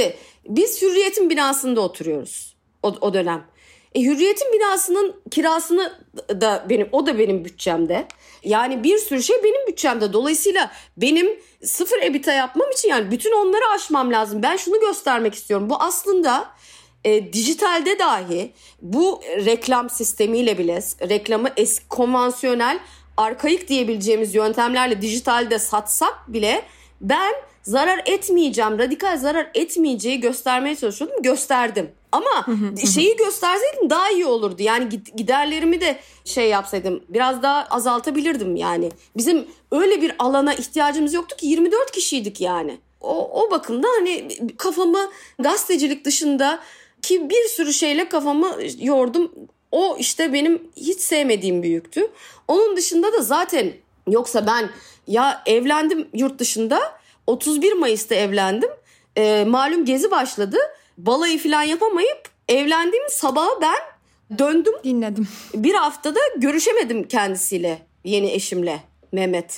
Biz Hürriyet'in binasında oturuyoruz o, o dönem. E, Hürriyet'in binasının kirasını da benim, o da benim bütçemde. Yani bir sürü şey benim bütçemde. Dolayısıyla benim sıfır EBITDA yapmam için yani bütün onları aşmam lazım. Ben şunu göstermek istiyorum. Bu aslında e, dijitalde dahi bu reklam sistemiyle bile reklamı eski konvansiyonel arkaik diyebileceğimiz yöntemlerle dijitalde satsak bile ben zarar etmeyeceğim, radikal zarar etmeyeceği göstermeye çalışıyordum. Gösterdim. Ama şeyi gösterseydim daha iyi olurdu. Yani giderlerimi de şey yapsaydım biraz daha azaltabilirdim yani. Bizim öyle bir alana ihtiyacımız yoktu ki yirmi dört kişiydik yani. O, o bakımda hani kafamı gazetecilik dışında ki bir sürü şeyle kafamı yordum. O işte benim hiç sevmediğim büyüktü. Onun dışında da zaten yoksa ben ya evlendim yurt dışında otuz bir Mayıs'ta evlendim. E, malum gezi başladı. Balayı falan yapamayıp evlendiğim sabahı ben döndüm. Dinledim. Bir haftada görüşemedim kendisiyle, yeni eşimle Mehmet.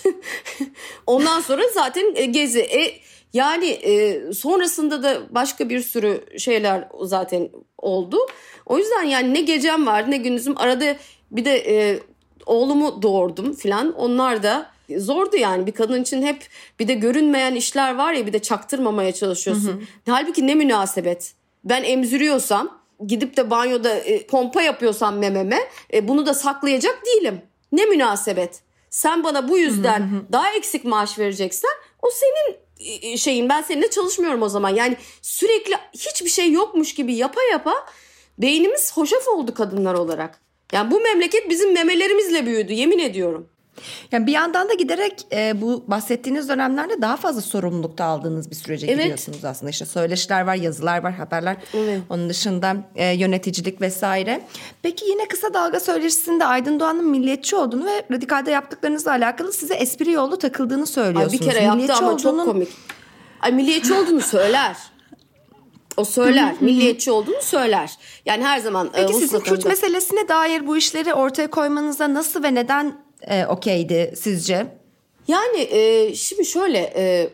Ondan sonra zaten gezi. E, yani e, sonrasında da başka bir sürü şeyler zaten oldu. O yüzden yani ne gecem vardı ne gündüzüm. Arada bir de e, oğlumu doğurdum falan. Onlar da zordu yani bir kadın için hep bir de görünmeyen işler var ya bir de çaktırmamaya çalışıyorsun. Hı hı. Halbuki ne münasebet. Ben emziriyorsam gidip de banyoda e, pompa yapıyorsam mememe e, bunu da saklayacak değilim. Ne münasebet. Sen bana bu yüzden hı hı. daha eksik maaş vereceksen o senin e, şeyin ben seninle çalışmıyorum o zaman. Yani sürekli hiçbir şey yokmuş gibi yapa yapa beynimiz hoşaf oldu kadınlar olarak. Yani bu memleket bizim memelerimizle büyüdü yemin ediyorum. Yani bir yandan da giderek e, bu bahsettiğiniz dönemlerde daha fazla sorumlulukta aldığınız bir sürece evet. giriyorsunuz aslında. İşte söyleşiler var, yazılar var, haberler. Evet. Onun dışında e, yöneticilik vesaire. Peki yine Kısa Dalga söyleşisinde Aydın Doğan'ın milliyetçi olduğunu ve radikalde yaptıklarınızla alakalı size espri yolu takıldığını söylüyorsunuz. Ay bir kere yaptı milliyetçi ama olduğunun... çok komik. Ay milliyetçi olduğunu söyler. O söyler. Milliyetçi olduğunu söyler. Yani her zaman... Peki e, sizin Kürt meselesine dair bu işleri ortaya koymanıza nasıl ve neden e, okeydi sizce? Yani e, şimdi şöyle... E,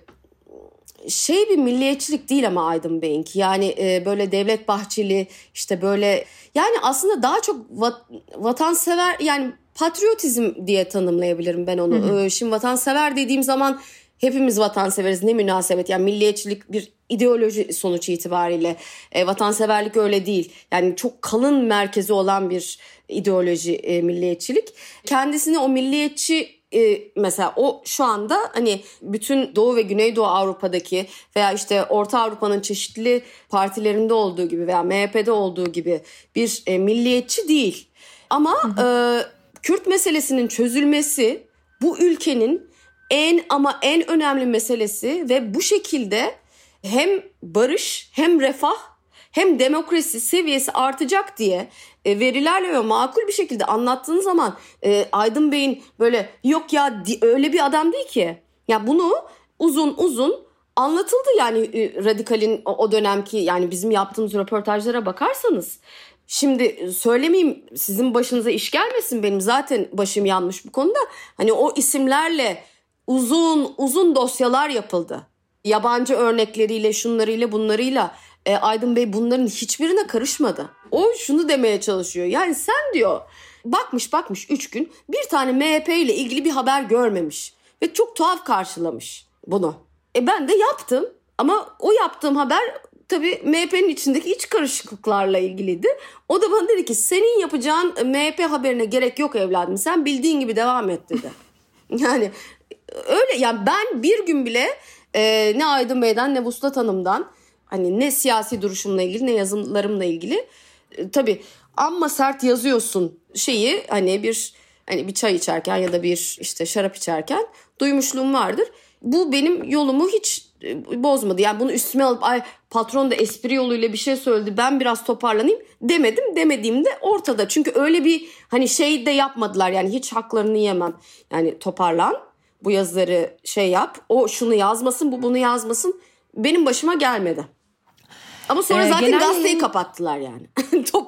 şey bir milliyetçilik değil ama Aydın Bey'inki. Yani e, böyle Devlet Bahçeli işte böyle... Yani aslında daha çok vat, vatansever... Yani patriotizm diye tanımlayabilirim ben onu. Hı hı. E, şimdi vatansever dediğim zaman... Hepimiz vatanseveriz ne münasebet yani milliyetçilik bir ideoloji sonuç itibariyle e, vatanseverlik öyle değil yani çok kalın merkezi olan bir ideoloji e, milliyetçilik kendisini o milliyetçi e, mesela o şu anda hani bütün Doğu ve Güneydoğu Avrupa'daki veya işte Orta Avrupa'nın çeşitli partilerinde olduğu gibi veya M H P'de olduğu gibi bir e, milliyetçi değil ama hı hı. E, Kürt meselesinin çözülmesi bu ülkenin en ama en önemli meselesi ve bu şekilde hem barış hem refah hem demokrasi seviyesi artacak diye e, verilerle ve makul bir şekilde anlattığın zaman e, Aydın Bey'in böyle yok ya öyle bir adam değil ki. Ya bunu uzun uzun anlatıldı yani e, Radikal'in o, o dönemki yani bizim yaptığımız röportajlara bakarsanız. Şimdi söylemeyeyim sizin başınıza iş gelmesin benim zaten başım yanmış bu konuda. Hani o isimlerle uzun uzun dosyalar yapıldı. Yabancı örnekleriyle şunlarıyla bunlarıyla e, Aydın Bey bunların hiçbirine karışmadı. O şunu demeye çalışıyor. Yani sen diyor bakmış bakmış üç gün bir tane M H P ile ilgili bir haber görmemiş. Ve çok tuhaf karşılamış bunu. E ben de yaptım ama o yaptığım haber tabii M H P'nin içindeki iç karışıklıklarla ilgiliydi. O da bana dedi ki senin yapacağın M H P haberine gerek yok evladım. Sen bildiğin gibi devam et dedi. Yani öyle yani ben bir gün bile e, ne Aydın Bey'den ne Vuslat Hanım'dan hani ne siyasi duruşumla ilgili ne yazımlarımla ilgili e, tabii amma sert yazıyorsun şeyi hani bir hani bir çay içerken ya da bir işte şarap içerken duymuşluğum vardır. Bu benim yolumu hiç e, bozmadı. Yani bunu üstüme alıp ay patron da espri yoluyla bir şey söyledi ben biraz toparlanayım demedim. Demediğim de ortada. Çünkü öyle bir hani şey de yapmadılar yani hiç haklarını yemem. Yani toparlan. Bu yazıları şey yap. O şunu yazmasın, bu bunu yazmasın. Benim başıma gelmedi. Ama sonra ee, zaten gazeteyi yayın... kapattılar yani. Toptan.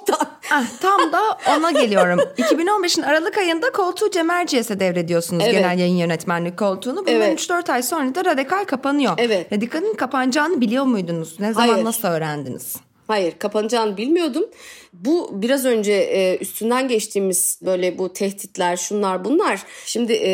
Ah, tam da ona geliyorum. iki bin on beşin Aralık ayında koltuğu Cem Erciyes'e devrediyorsunuz, evet. genel yayın yönetmenlik koltuğunu. Bundan evet. üç dört ay sonra da Radikal kapanıyor. Evet. Radikal'in kapanacağını biliyor muydunuz? Ne zaman, Hayır. nasıl öğrendiniz? Hayır, kapanacağını bilmiyordum. Bu biraz önce e, üstünden geçtiğimiz böyle bu tehditler, şunlar bunlar. Şimdi e,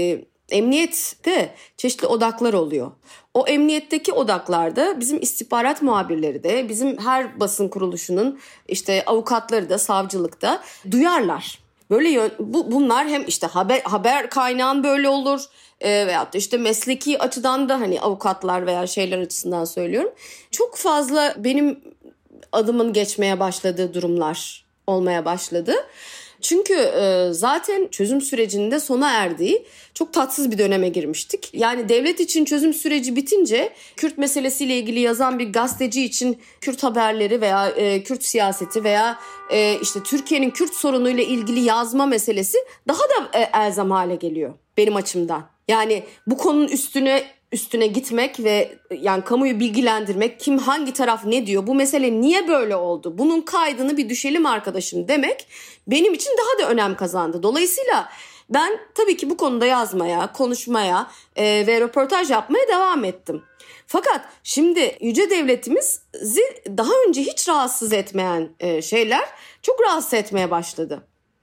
emniyette çeşitli odaklar oluyor. O emniyetteki odaklarda bizim istihbarat muhabirleri de, bizim her basın kuruluşunun işte avukatları da, savcılıkta duyarlar. Böyle bu, bunlar hem işte haber haber kaynağın böyle olur e, veyahut da işte mesleki açıdan da, hani avukatlar veya şeyler açısından söylüyorum. Çok fazla benim adımın geçmeye başladığı durumlar olmaya başladı. Çünkü e, zaten çözüm sürecinde sona erdiği çok tatsız bir döneme girmiştik. Yani devlet için çözüm süreci bitince Kürt meselesiyle ilgili yazan bir gazeteci için Kürt haberleri veya e, Kürt siyaseti veya e, işte Türkiye'nin Kürt sorunuyla ilgili yazma meselesi daha da e, elzem hale geliyor benim açımdan. Yani bu konunun üstüne üstüne gitmek ve yani kamuoyu bilgilendirmek, kim hangi taraf ne diyor, bu mesele niye böyle oldu, bunun kaydını bir düşelim arkadaşım demek benim için daha da önem kazandı. Dolayısıyla ben tabii ki bu konuda yazmaya, konuşmaya e, ve röportaj yapmaya devam ettim. Fakat şimdi yüce devletimizi daha önce hiç rahatsız etmeyen e, şeyler çok rahatsız etmeye başladı.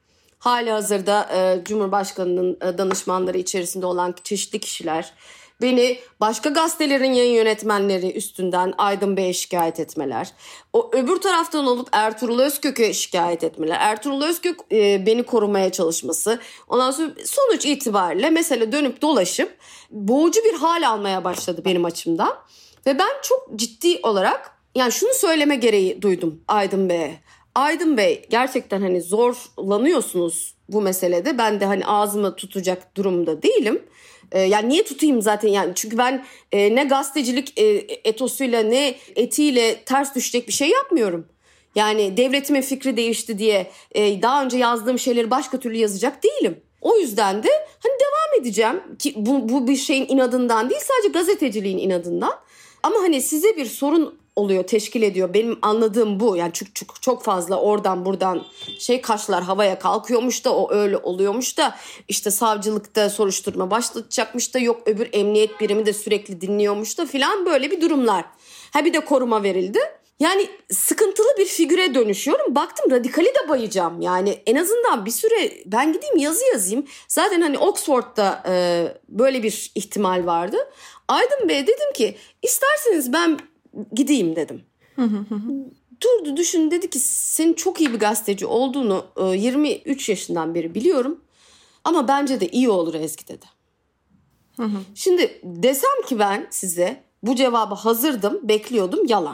Halihazırda e, Cumhurbaşkanı'nın e, danışmanları içerisinde olan çeşitli kişiler beni başka gazetelerin yayın yönetmenleri üstünden Aydın Bey'e şikayet etmeler. O öbür taraftan olup Ertuğrul Özkök'e şikayet etmeler. Ertuğrul Özkök e, beni korumaya çalışması. Ondan sonra sonuç itibariyle mesele dönüp dolaşıp boğucu bir hal almaya başladı benim açımdan. Ve ben çok ciddi olarak yani şunu söyleme gereği duydum Aydın Bey'e. Aydın Bey, gerçekten hani zorlanıyorsunuz bu meselede. Ben de hani ağzımı tutacak durumda değilim. Ee, yani niye tutayım zaten, yani çünkü ben e, ne gazetecilik e, etosuyla ne etiyle ters düşecek bir şey yapmıyorum. Yani devletimin fikri değişti diye e, daha önce yazdığım şeyleri başka türlü yazacak değilim. O yüzden de hani devam edeceğim ki bu, bu bir şeyin inadından değil, sadece gazeteciliğin inadından. Ama hani size bir sorun oluyor, teşkil ediyor. Benim anladığım bu. Yani çok, çok, çok fazla oradan buradan şey kaşlar havaya kalkıyormuş da o öyle oluyormuş da işte savcılıkta soruşturma başlatacakmış da yok öbür emniyet birimi de sürekli dinliyormuş da filan, böyle bir durumlar. Ha bir de koruma verildi. Yani sıkıntılı bir figüre dönüşüyorum. Baktım radikali de bayacağım. Yani en azından bir süre ben gideyim yazı yazayım. Zaten hani Oxford'da e, böyle bir ihtimal vardı. Aydın Bey'e dedim ki isterseniz ben gideyim dedim. Durdu, düşün, dedi ki senin çok iyi bir gazeteci olduğunu yirmi üç yaşından beri biliyorum. Ama bence de iyi olur Ezgi dedi. Şimdi desem ki ben size bu cevabı hazırdım, bekliyordum, yalan.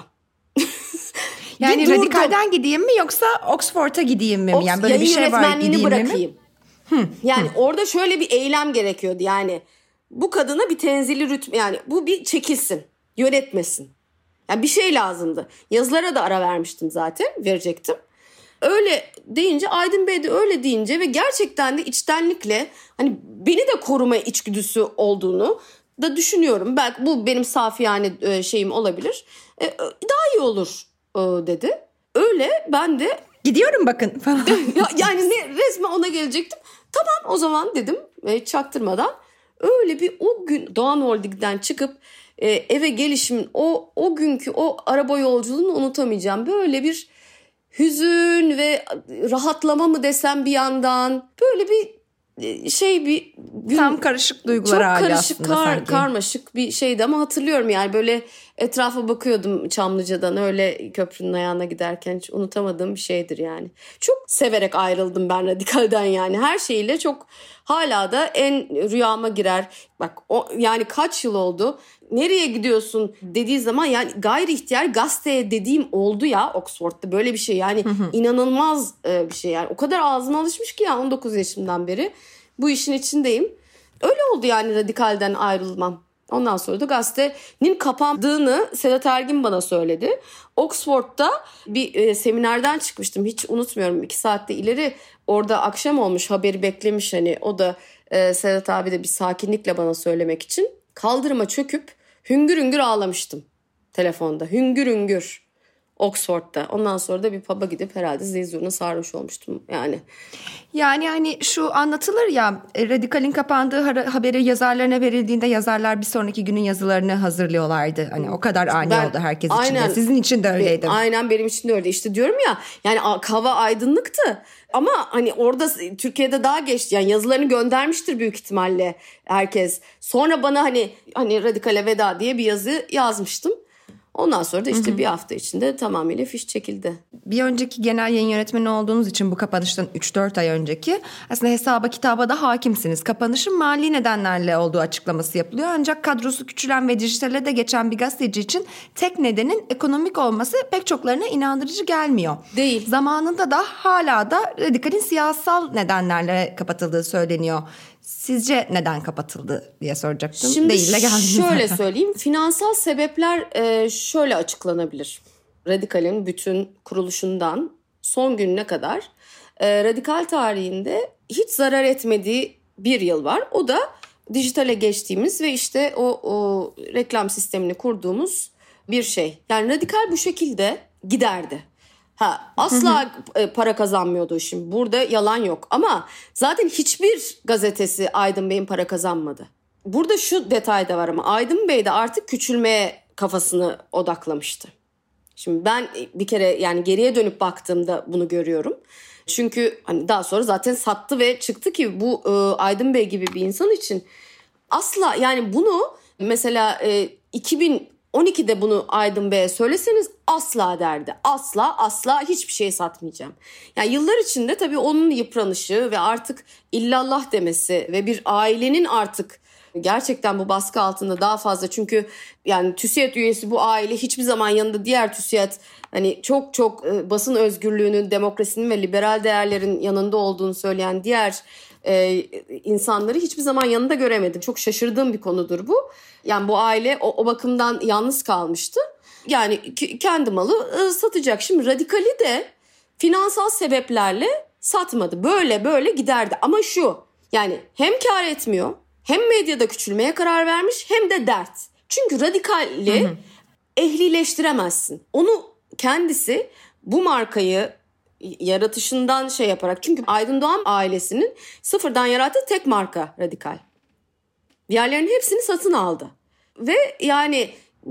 Yani radikalden gideyim mi yoksa Oxford'a gideyim mi? Ox- yani böyle bir şey var, gideyim bırakayım. mi? Yani orada şöyle bir eylem gerekiyordu. Yani bu kadına bir tenzili rütbe, yani bu bir çekilsin, yönetmesin. Yani bir şey lazımdı. Yazılara da ara vermiştim zaten, verecektim. Öyle deyince, Aydın Bey de öyle deyince ve gerçekten de içtenlikle hani beni de koruma içgüdüsü olduğunu da düşünüyorum. Belki bu benim safiyane şeyim olabilir. Daha iyi olur dedi. Öyle ben de gidiyorum bakın falan. Yani ne, resmen ona gelecektim. Tamam o zaman dedim çaktırmadan. Öyle bir o gün Doğan Holding'den çıkıp e, eve gelişimin o o günkü o araba yolculuğunu unutamayacağım. Böyle bir hüzün ve rahatlama mı desem bir yandan, böyle bir şey, bir gün, tam karışık duygular hali aslında karışık, kar, sanki. karmaşık bir şeydi ama hatırlıyorum yani böyle etrafa bakıyordum Çamlıca'dan öyle köprünün ayağına giderken, hiç unutamadığım bir şeydir yani. Çok severek ayrıldım ben radikalden, yani her şeyle çok, hala da en rüyama girer. Bak o, yani kaç yıl oldu, nereye gidiyorsun dediği zaman yani gayri ihtiyar gazeteye dediğim oldu ya Oxford'da, böyle bir şey yani. Hı hı. İnanılmaz bir şey yani, o kadar ağzıma alışmış ki ya, on dokuz yaşımdan beri bu işin içindeyim. Öyle oldu yani radikalden ayrılmam. Ondan sonra da gazetenin kapandığını Sedat Ergin bana söyledi. Oxford'da bir e, seminerden çıkmıştım. Hiç unutmuyorum. iki saatte ileri orada akşam olmuş, haberi beklemiş hani. O da e, Sedat abi de bir sakinlikle bana söylemek için. Kaldırıma çöküp hüngür hüngür ağlamıştım telefonda. Hüngür hüngür. Oxford'da. Ondan sonra da bir pub'a gidip herhalde zeyzuruna sarhoş olmuştum yani. Yani hani şu anlatılır ya, Radikal'in kapandığı haberi yazarlarına verildiğinde yazarlar bir sonraki günün yazılarını hazırlıyorlardı. Hani o kadar ani ben, oldu herkes için de. Sizin için de öyleydi. Aynen benim için de öyle. İşte diyorum ya, yani hava aydınlıktı. Ama hani orada Türkiye'de daha geçti. Yani yazılarını göndermiştir büyük ihtimalle herkes. Sonra bana hani hani Radikal'e veda diye bir yazı yazmıştım. Ondan sonra da işte hı hı. bir hafta içinde tamamıyla fiş çekildi. Bir önceki genel yayın yönetmeni olduğunuz için bu kapanıştan üç dört ay önceki aslında hesaba kitaba da hakimsiniz. Kapanışın mali nedenlerle olduğu açıklaması yapılıyor. Ancak kadrosu küçülen ve dijitale de geçen bir gazeteci için tek nedenin ekonomik olması pek çoklarına inandırıcı gelmiyor. Değil. Zamanında da hala da Radikal'in siyasal nedenlerle kapatıldığı söyleniyor. Sizce neden kapatıldı diye soracaktım. Şimdi Değil de şöyle söyleyeyim. Finansal sebepler e, şöyle açıklanabilir. Radikal'in bütün kuruluşundan son gününe kadar e, Radikal tarihinde hiç zarar etmediği bir yıl var. O da dijitale geçtiğimiz ve işte o, o reklam sistemini kurduğumuz bir şey. Yani Radikal bu şekilde giderdi. Ha, asla para kazanmıyordu şimdi. Burada yalan yok. Ama zaten hiçbir gazetesi Aydın Bey'in para kazanmadı. Burada şu detay da var ama Aydın Bey de artık küçülmeye kafasını odaklamıştı. Şimdi ben bir kere yani geriye dönüp baktığımda bunu görüyorum. Çünkü hani daha sonra zaten sattı ve çıktı ki bu e, Aydın Bey gibi bir insan için asla, yani bunu mesela e, iki bin on ikide bunu Aydın Bey'e söyleseniz asla derdi. Asla asla hiçbir şey satmayacağım. Yani yıllar içinde tabii onun yıpranışı ve artık illallah demesi ve bir ailenin artık gerçekten bu baskı altında daha fazla, çünkü yani TÜSİAD üyesi bu aile hiçbir zaman yanında diğer TÜSİAD hani çok çok basın özgürlüğünün, demokrasinin ve liberal değerlerin yanında olduğunu söyleyen diğer Ee, insanları hiçbir zaman yanında göremedim. Çok şaşırdığım bir konudur bu. Yani bu aile o, o bakımdan yalnız kalmıştı. Yani k- kendi malı e, satacak. Şimdi Radikal'i de finansal sebeplerle satmadı. Böyle böyle giderdi. Ama şu, yani hem kar etmiyor, hem medyada küçülmeye karar vermiş, hem de dert. Çünkü Radikal'i hı hı. ehlileştiremezsin. Onu kendisi bu markayı yaratışından şey yaparak, çünkü Aydın Doğan ailesinin sıfırdan yarattığı tek marka Radikal. Diğerlerinin hepsini satın aldı. Ve yani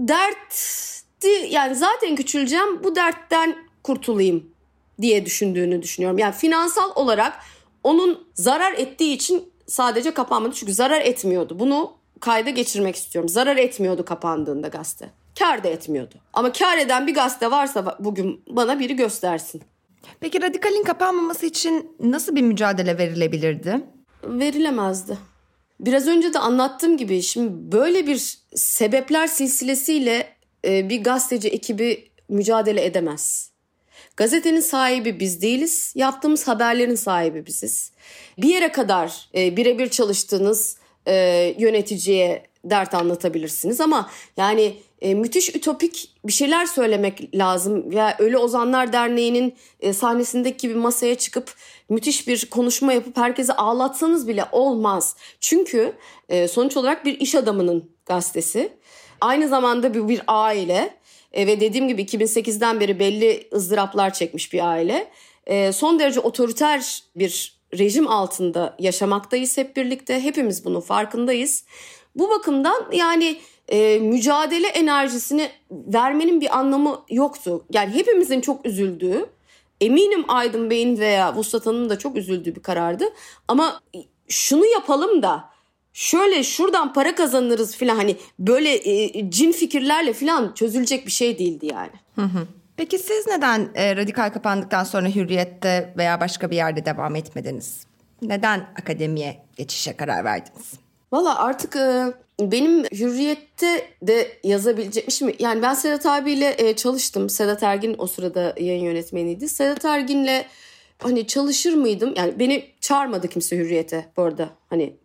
dertti, yani zaten küçüleceğim, bu dertten kurtulayım diye düşündüğünü düşünüyorum. Yani finansal olarak onun zarar ettiği için sadece kapanmadı. Çünkü zarar etmiyordu. Bunu kayda geçirmek istiyorum. Zarar etmiyordu kapandığında gazete. Kar da etmiyordu. Ama kar eden bir gazete varsa bugün bana biri göstersin. Peki Radikal'in kapanmaması için nasıl bir mücadele verilebilirdi? Verilemezdi. Biraz önce de anlattığım gibi şimdi böyle bir sebepler silsilesiyle bir gazeteci ekibi mücadele edemez. Gazetenin sahibi biz değiliz. Yaptığımız haberlerin sahibi biziz. Bir yere kadar birebir çalıştığınız yöneticiye dert anlatabilirsiniz ama yani e, müthiş ütopik bir şeyler söylemek lazım. Ya Ölü Ozanlar Derneği'nin e, sahnesindeki gibi masaya çıkıp müthiş bir konuşma yapıp herkese ağlatsanız bile olmaz. Çünkü e, sonuç olarak bir iş adamının gazetesi. Aynı zamanda bir, bir aile e, ve dediğim gibi iki bin sekizden beri belli ızdıraplar çekmiş bir aile. E, son derece otoriter bir rejim altında yaşamaktayız hep birlikte. Hepimiz bunun farkındayız. Bu bakımdan yani e, mücadele enerjisini vermenin bir anlamı yoktu. Yani hepimizin çok üzüldüğü, eminim Aydın Bey'in veya Vuslat Hanım'ın da çok üzüldüğü bir karardı. Ama şunu yapalım da şöyle şuradan para kazanırız falan, hani böyle e, cin fikirlerle falan çözülecek bir şey değildi yani. Hı hı. Peki siz neden e, Radikal kapandıktan sonra Hürriyet'te veya başka bir yerde devam etmediniz? Neden akademiye geçişe karar verdiniz? Valla artık e, benim Hürriyet'te de yazabilecekmişim. Yani ben Sedat abiyle e, çalıştım. Sedat Ergin o sırada yayın yönetmeniydi. Sedat Ergin'le hani çalışır mıydım? Yani beni çağırmadı kimse Hürriyet'e bu arada. Hani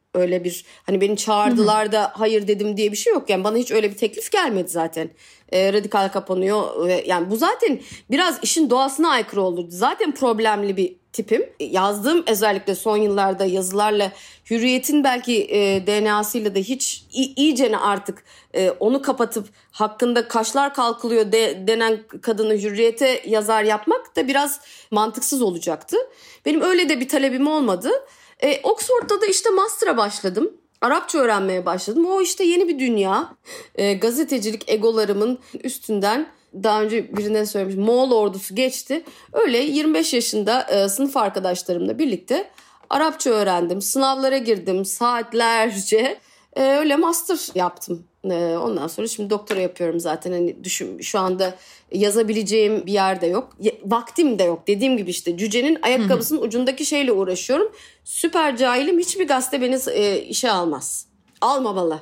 Öyle bir hani beni çağırdılar da hayır dedim diye bir şey yok. Yani bana hiç öyle bir teklif gelmedi zaten. E, radikal kapanıyor. E, yani bu zaten biraz işin doğasına aykırı olurdu. Zaten problemli bir tipim. Yazdığım özellikle son yıllarda yazılarla Hürriyet'in belki e, D N A'sıyla da hiç i- iyicene artık e, onu kapatıp hakkında kaşlar kalkılıyor de, denen kadını Hürriyet'e yazar yapmak da biraz mantıksız olacaktı. Benim öyle de bir talebim olmadı. E, Oxford'da da işte master'a başladım. Arapça öğrenmeye başladım. O işte yeni bir dünya. E, gazetecilik egolarımın üstünden daha önce birine söylemiş Moğol ordusu geçti. Öyle yirmi beş yaşında e, sınıf arkadaşlarımla birlikte Arapça öğrendim. Sınavlara girdim saatlerce. E, öyle master yaptım. E, ondan sonra şimdi doktora yapıyorum zaten. Hani düşün, şu anda yazabileceğim bir yerde yok. Vaktim de yok. Dediğim gibi işte cücenin ayakkabısının ucundaki şeyle uğraşıyorum. Süper cahilim. Hiçbir gazete beni e, işe almaz. Almamalı.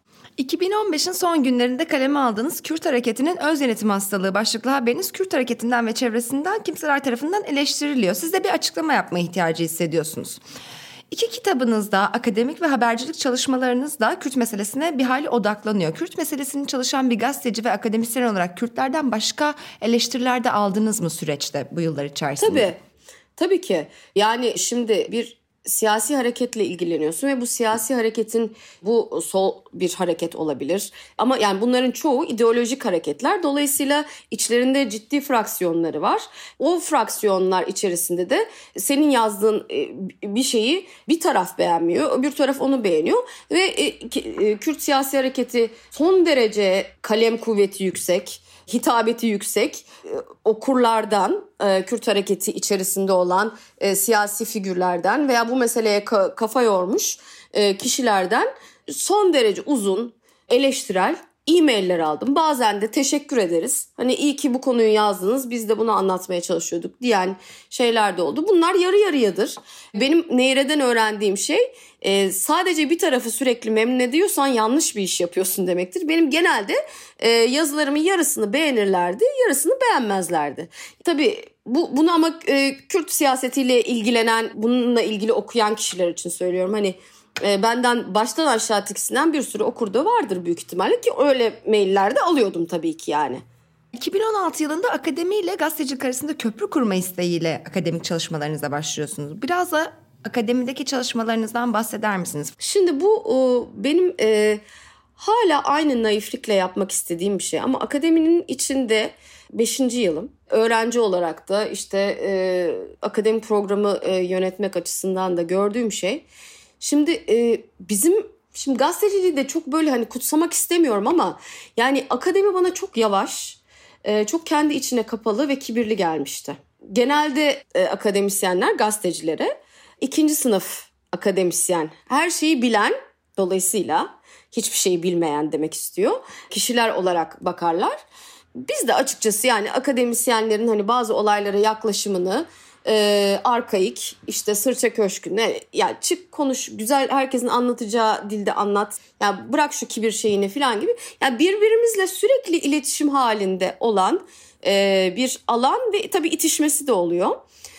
iki bin on beşin son günlerinde kaleme aldığınız Kürt Hareketi'nin öz yönetim hastalığı başlıklı haberiniz Kürt Hareketi'nden ve çevresinden kimseler tarafından eleştiriliyor. Siz de bir açıklama yapma ihtiyacı hissediyorsunuz. İki kitabınızda, akademik ve habercilik çalışmalarınızda Kürt meselesine bir hali odaklanıyor. Kürt meselesini çalışan bir gazeteci ve akademisyen olarak Kürtlerden başka eleştiriler de aldınız mı süreçte bu yıllar içerisinde? Tabii, tabii ki. Yani şimdi bir siyasi hareketle ilgileniyorsun ve bu siyasi hareketin bu sol bir hareket olabilir. Ama yani bunların çoğu ideolojik hareketler. Dolayısıyla içlerinde ciddi fraksiyonları var. O fraksiyonlar içerisinde de senin yazdığın bir şeyi bir taraf beğenmiyor, öbür taraf onu beğeniyor ve Kürt siyasi hareketi son derece kalem kuvveti yüksek, hitabeti yüksek okurlardan, Kürt hareketi içerisinde olan siyasi figürlerden veya bu meseleye kafa yormuş kişilerden son derece uzun, eleştirel e-mailler aldım. Bazen de teşekkür ederiz. Hani iyi ki bu konuyu yazdınız, biz de bunu anlatmaya çalışıyorduk diyen şeyler de oldu. Bunlar yarı yarıyadır. Benim Neyre'den öğrendiğim şey e, sadece bir tarafı sürekli memnun ediyorsan yanlış bir iş yapıyorsun demektir. Benim genelde e, yazılarımın yarısını beğenirlerdi, yarısını beğenmezlerdi. Tabii bu bunu ama e, Kürt siyasetiyle ilgilenen, bununla ilgili okuyan kişiler için söylüyorum. Hani benden baştan aşağı tiksinen bir sürü okurda vardır büyük ihtimalle ki öyle mailler de alıyordum tabii ki yani. iki bin on altı yılında akademiyle gazetecilik arasında köprü kurma isteğiyle akademik çalışmalarınıza başlıyorsunuz. Biraz da akademideki çalışmalarınızdan bahseder misiniz? Şimdi bu o, benim e, hala aynı naiflikle yapmak istediğim bir şey ama akademinin içinde beşinci yılım. Öğrenci olarak da işte e, akademik programı e, yönetmek açısından da gördüğüm şey. Şimdi e, bizim şimdi gazeteciliği de çok böyle hani kutsamak istemiyorum ama yani akademi bana çok yavaş, e, çok kendi içine kapalı ve kibirli gelmişti. Genelde e, akademisyenler gazetecilere ikinci sınıf akademisyen, her şeyi bilen, dolayısıyla hiçbir şeyi bilmeyen demek istiyor kişiler olarak bakarlar. Biz de açıkçası yani akademisyenlerin hani bazı olaylara yaklaşımını Ee, arkaik işte sırça köşküne ya çık konuş güzel herkesin anlatacağı dilde anlat ya bırak şu kibir şeyini falan gibi ya birbirimizle sürekli iletişim halinde olan e, bir alan ve tabii itişmesi de oluyor.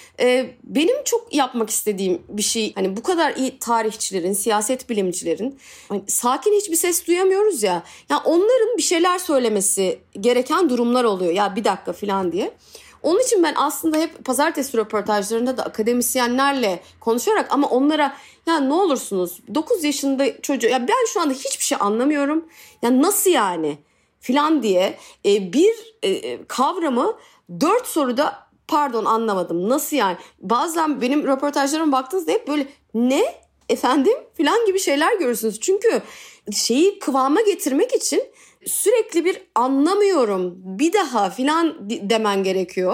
E, benim çok yapmak istediğim bir şey hani bu kadar iyi tarihçilerin, siyaset bilimcilerin hani sakin hiçbir ses duyamıyoruz ya ya onların bir şeyler söylemesi gereken durumlar oluyor ya bir dakika falan diye. Onun için ben aslında hep pazartesi röportajlarında da akademisyenlerle konuşarak ama onlara ya ne olursunuz dokuz yaşında çocuğu ya ben şu anda hiçbir şey anlamıyorum. Ya nasıl yani filan diye e, bir e, kavramı dört soruda pardon anlamadım nasıl yani. Bazen benim röportajlarıma baktığınızda hep böyle ne efendim filan gibi şeyler görürsünüz. Çünkü şeyi kıvama getirmek için sürekli bir anlamıyorum bir daha filan demen gerekiyor.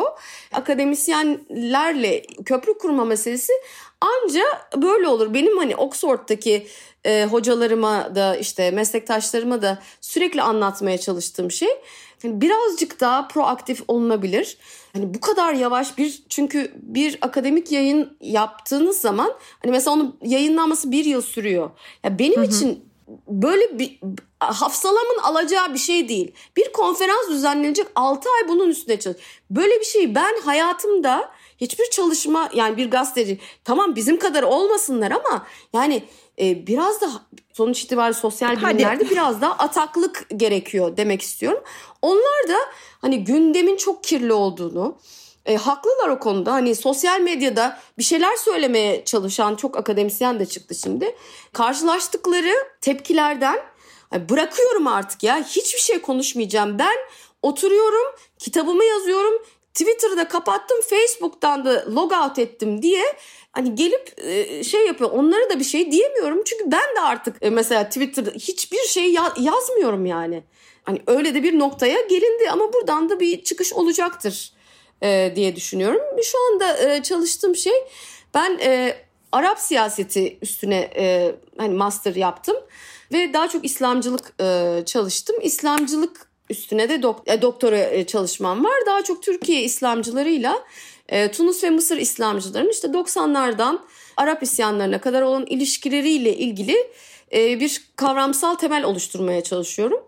Akademisyenlerle köprü kurma meselesi anca böyle olur. Benim hani Oxford'daki e, hocalarıma da işte meslektaşlarıma da sürekli anlatmaya çalıştığım şey yani birazcık daha proaktif olunabilir. Hani bu kadar yavaş bir çünkü bir akademik yayın yaptığınız zaman hani mesela onun yayınlanması bir yıl sürüyor. Ya benim hı hı. için böyle bir hafsalamın alacağı bir şey değil. Bir konferans düzenlenecek altı ay bunun üstüne çalış. Böyle bir şeyi ben hayatımda Hiçbir çalışma, yani bir gazeteci, tamam bizim kadar olmasınlar ama yani e, biraz da sonuç itibariyle sosyal bilimlerde Hadi. biraz daha ataklık gerekiyor demek istiyorum. Onlar da hani gündemin çok kirli olduğunu, E, haklılar o konuda. Hani sosyal medyada bir şeyler söylemeye çalışan çok akademisyen de çıktı şimdi. Karşılaştıkları tepkilerden bırakıyorum artık ya, hiçbir şey konuşmayacağım. Ben oturuyorum, kitabımı yazıyorum, Twitter'ı da kapattım, Facebook'tan da log out ettim diye hani gelip e, şey yapıyor. Onlara da bir şey diyemiyorum. Çünkü ben de artık e, mesela Twitter'da hiçbir şey ya- yazmıyorum yani. Hani öyle de bir noktaya gelindi ama buradan da bir çıkış olacaktır e, diye düşünüyorum. Şu anda e, çalıştığım şey, ben e, Arap siyaseti üstüne e, hani master yaptım ve daha çok İslamcılık e, çalıştım. İslamcılık üstüne de dok- e, doktora e, çalışmam var. Daha çok Türkiye İslamcılarıyla e, Tunus ve Mısır İslamcılarının işte doksanlardan Arap isyanlarına kadar olan ilişkileriyle ilgili e, bir kavramsal temel oluşturmaya çalışıyorum.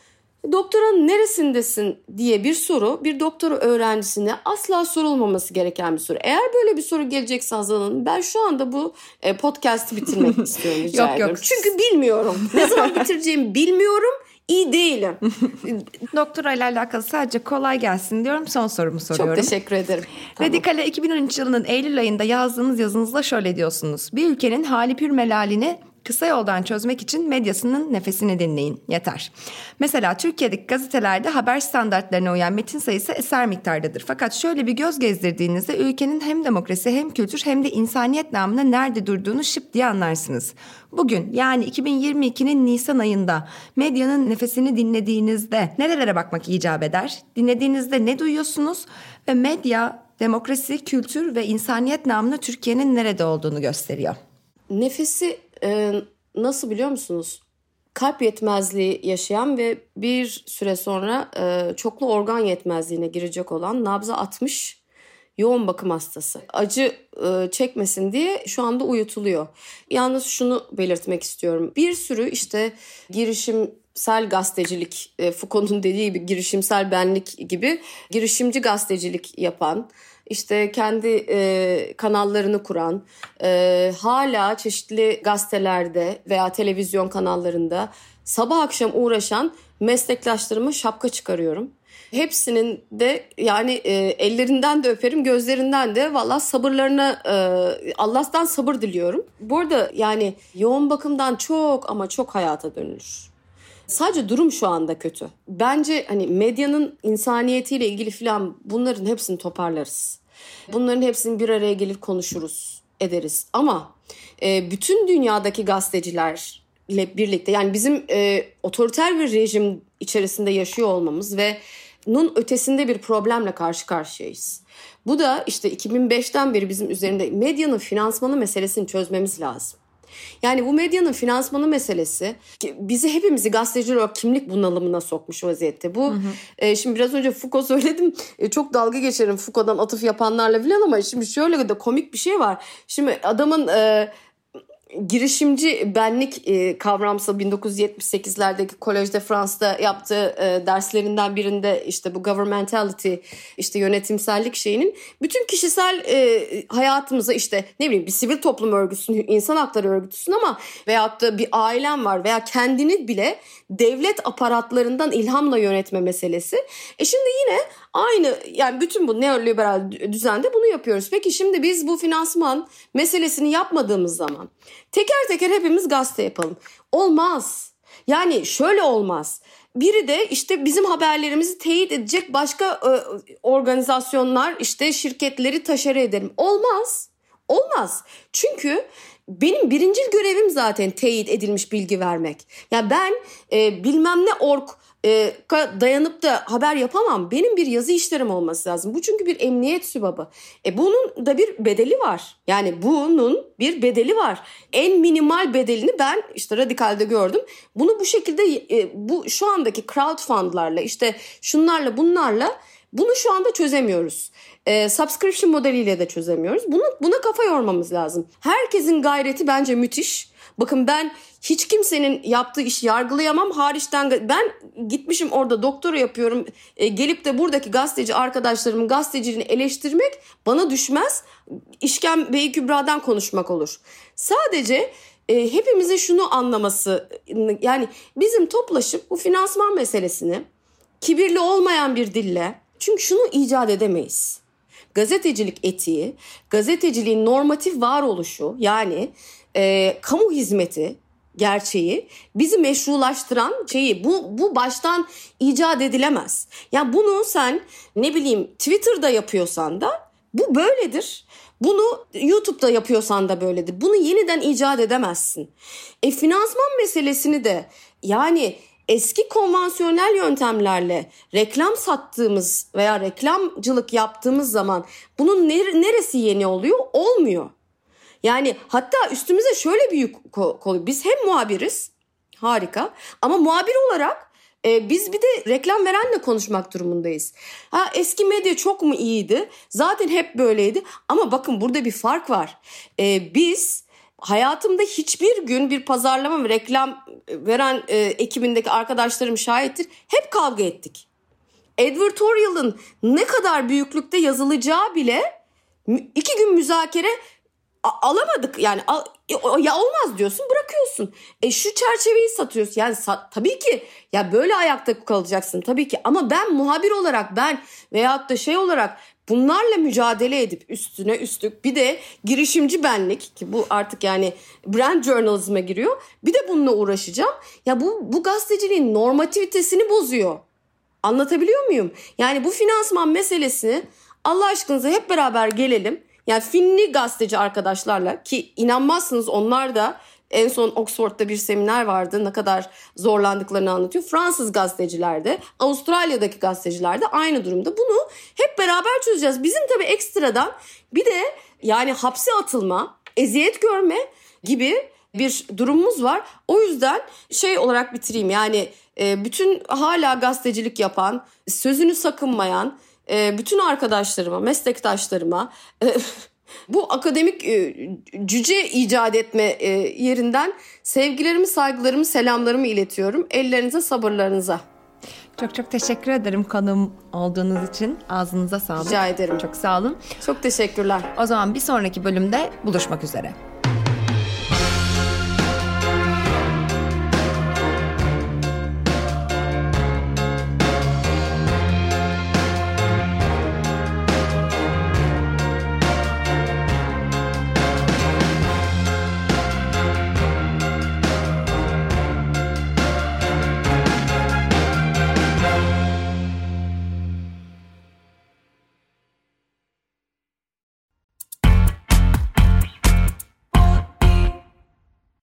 Doktoranın neresindesin diye bir soru bir doktora öğrencisine asla sorulmaması gereken bir soru. Eğer böyle bir soru gelecekse Hazal Hanım, ben şu anda bu podcast'ı bitirmek istiyorum, rica yok, ediyorum. Yok. Çünkü bilmiyorum. Ne zaman bitireceğimi bilmiyorum. İyi değilim. Doktora ile alakalı sadece kolay gelsin diyorum. Son sorumu soruyorum. Çok teşekkür ederim. Tamam. Radikal'e iki bin on üç yılının Eylül ayında yazdığınız yazınızda şöyle diyorsunuz. Bir ülkenin hali pür melalini kısa yoldan çözmek için medyasının nefesini dinleyin. Yeter. Mesela Türkiye'deki gazetelerde haber standartlarına uyan metin sayısı eser miktardadır. Fakat şöyle bir göz gezdirdiğinizde ülkenin hem demokrasi hem kültür hem de insaniyet namına nerede durduğunu şıp diye anlarsınız. Bugün yani iki bin yirmi ikinin Nisan ayında medyanın nefesini dinlediğinizde nerelere bakmak icap eder? Dinlediğinizde ne duyuyorsunuz? Ve medya, demokrasi, kültür ve insaniyet namına Türkiye'nin nerede olduğunu gösteriyor. Nefesi e, nasıl biliyor musunuz? Kalp yetmezliği yaşayan ve bir süre sonra e, çoklu organ yetmezliğine girecek olan nabza atmış yoğun bakım hastası. Acı e, çekmesin diye şu anda uyutuluyor. Yalnız şunu belirtmek istiyorum. Bir sürü işte girişimsel gazetecilik, e, Foucault'un dediği gibi girişimsel benlik gibi girişimci gazetecilik yapan, İşte kendi e, kanallarını kuran, e, hala çeşitli gazetelerde veya televizyon kanallarında sabah akşam uğraşan meslektaşlarıma şapka çıkarıyorum. Hepsinin de yani e, ellerinden de öperim, gözlerinden de valla sabırlarına, e, Allah'tan sabır diliyorum. Bu arada yani yoğun bakımdan çok ama çok hayata dönülür. Sadece durum şu anda kötü. Bence hani medyanın insaniyetiyle ilgili falan bunların hepsini toparlarız. Bunların hepsini bir araya gelir konuşuruz, ederiz. Ama e, bütün dünyadaki gazetecilerle birlikte, yani bizim e, otoriter bir rejim içerisinde yaşıyor olmamız ve bunun ötesinde bir problemle karşı karşıyayız. Bu da işte iki bin beşten beri bizim üzerinde medyanın finansmanı meselesini çözmemiz lazım. Yani bu medyanın finansmanı meselesi bizi, hepimizi gazeteci olarak kimlik bunalımına sokmuş vaziyette. Bu hı hı. E, şimdi biraz önce Foucault söyledim. E, çok dalga geçerim Foucault'dan atıf yapanlarla falan ama şimdi şöyle de komik bir şey var. Şimdi adamın e, girişimci benlik e, kavramsal bin dokuz yüz yetmiş sekizlerdeki Collège de France'da yaptığı e, derslerinden birinde işte bu governmentality, işte yönetimsellik şeyinin bütün kişisel e, hayatımıza, işte ne bileyim bir sivil toplum örgütüsün, insan hakları örgütüsün ama veyahut da bir ailen var veya kendini bile devlet aparatlarından ilhamla yönetme meselesi. E şimdi yine aynı, yani bütün bu neoliberal düzende bunu yapıyoruz. Peki şimdi biz bu finansman meselesini yapmadığımız zaman teker teker hepimiz gazete yapalım. Olmaz. Yani şöyle olmaz. Biri de işte bizim haberlerimizi teyit edecek başka e, organizasyonlar, işte şirketleri taşere edelim. Olmaz. Olmaz. Çünkü benim birincil görevim zaten teyit edilmiş bilgi vermek. Ya yani ben e, bilmem ne org e, dayanıp da haber yapamam. Benim bir yazı işlerim olması lazım. Bu çünkü bir emniyet sübabı. E bunun da bir bedeli var. Yani bunun bir bedeli var. En minimal bedelini ben işte Radikal'de gördüm. Bunu bu şekilde e, bu şu andaki crowdfundlarla, işte şunlarla bunlarla Bunu şu anda çözemiyoruz. E, subscription modeliyle de çözemiyoruz. Bunu, buna kafa yormamız lazım. Herkesin gayreti bence müthiş. Bakın ben hiç kimsenin yaptığı işi yargılayamam. Hariçten ben gitmişim orada doktora yapıyorum. E, gelip de buradaki gazeteci arkadaşlarımın gazeteciliğini eleştirmek bana düşmez. İşkem Bey Kübra'dan konuşmak olur. Sadece e, hepimizin şunu anlaması, yani bizim toplaşıp bu finansman meselesini kibirli olmayan bir dille, çünkü şunu icat edemeyiz. Gazetecilik etiği, gazeteciliğin normatif varoluşu, yani e, kamu hizmeti gerçeği bizi meşrulaştıran şeyi, bu bu baştan icat edilemez. Yani bunu sen ne bileyim Twitter'da yapıyorsan da bu böyledir. Bunu YouTube'da yapıyorsan da böyledir. Bunu yeniden icat edemezsin. E finansman meselesini de yani eski konvansiyonel yöntemlerle reklam sattığımız veya reklamcılık yaptığımız zaman bunun neresi yeni oluyor? Olmuyor. Yani hatta üstümüze şöyle bir yük koyuyor. Biz hem muhabiriz, harika, ama muhabir olarak e, biz bir de reklam verenle konuşmak durumundayız. Ha, eski medya çok mu iyiydi? Zaten hep böyleydi. Ama bakın burada bir fark var. E, biz hayatımda hiçbir gün bir pazarlama ve reklam veren e, ekibindeki arkadaşlarım şahittir. Hep kavga ettik. Advertorial'ın ne kadar büyüklükte yazılacağı bile iki gün müzakere alamadık. Yani al, ya olmaz diyorsun, bırakıyorsun. E şu çerçeveyi satıyorsun. Yani sa- tabii ki ya böyle ayakta kalacaksın tabii ki. Ama ben muhabir olarak, ben veyahut da şey olarak bunlarla mücadele edip üstüne üstlük bir de girişimci benlik, ki bu artık yani brand journalism'e giriyor. Bir de bununla uğraşacağım. Ya bu bu gazeteciliğin normativitesini bozuyor. Anlatabiliyor muyum? Yani bu finansman meselesini Allah aşkınıza hep beraber gelelim. Yani Finli gazeteci arkadaşlarla, ki inanmazsınız onlar da en son Oxford'da bir seminer vardı, ne kadar zorlandıklarını anlatıyor. Fransız gazeteciler de, Avustralya'daki gazeteciler de aynı durumda. Bunu hep beraber çözeceğiz. Bizim tabii ekstradan bir de yani hapse atılma, eziyet görme gibi bir durumumuz var. O yüzden şey olarak bitireyim, yani bütün hala gazetecilik yapan, sözünü sakınmayan bütün arkadaşlarıma, meslektaşlarıma bu akademik cüce icat etme yerinden sevgilerimi, saygılarımı, selamlarımı iletiyorum. Ellerinize, sabırlarınıza. Çok çok teşekkür ederim konuğum olduğunuz için. Ağzınıza sağlık. Rica ederim. Çok sağ olun. Çok teşekkürler. O zaman bir sonraki bölümde buluşmak üzere.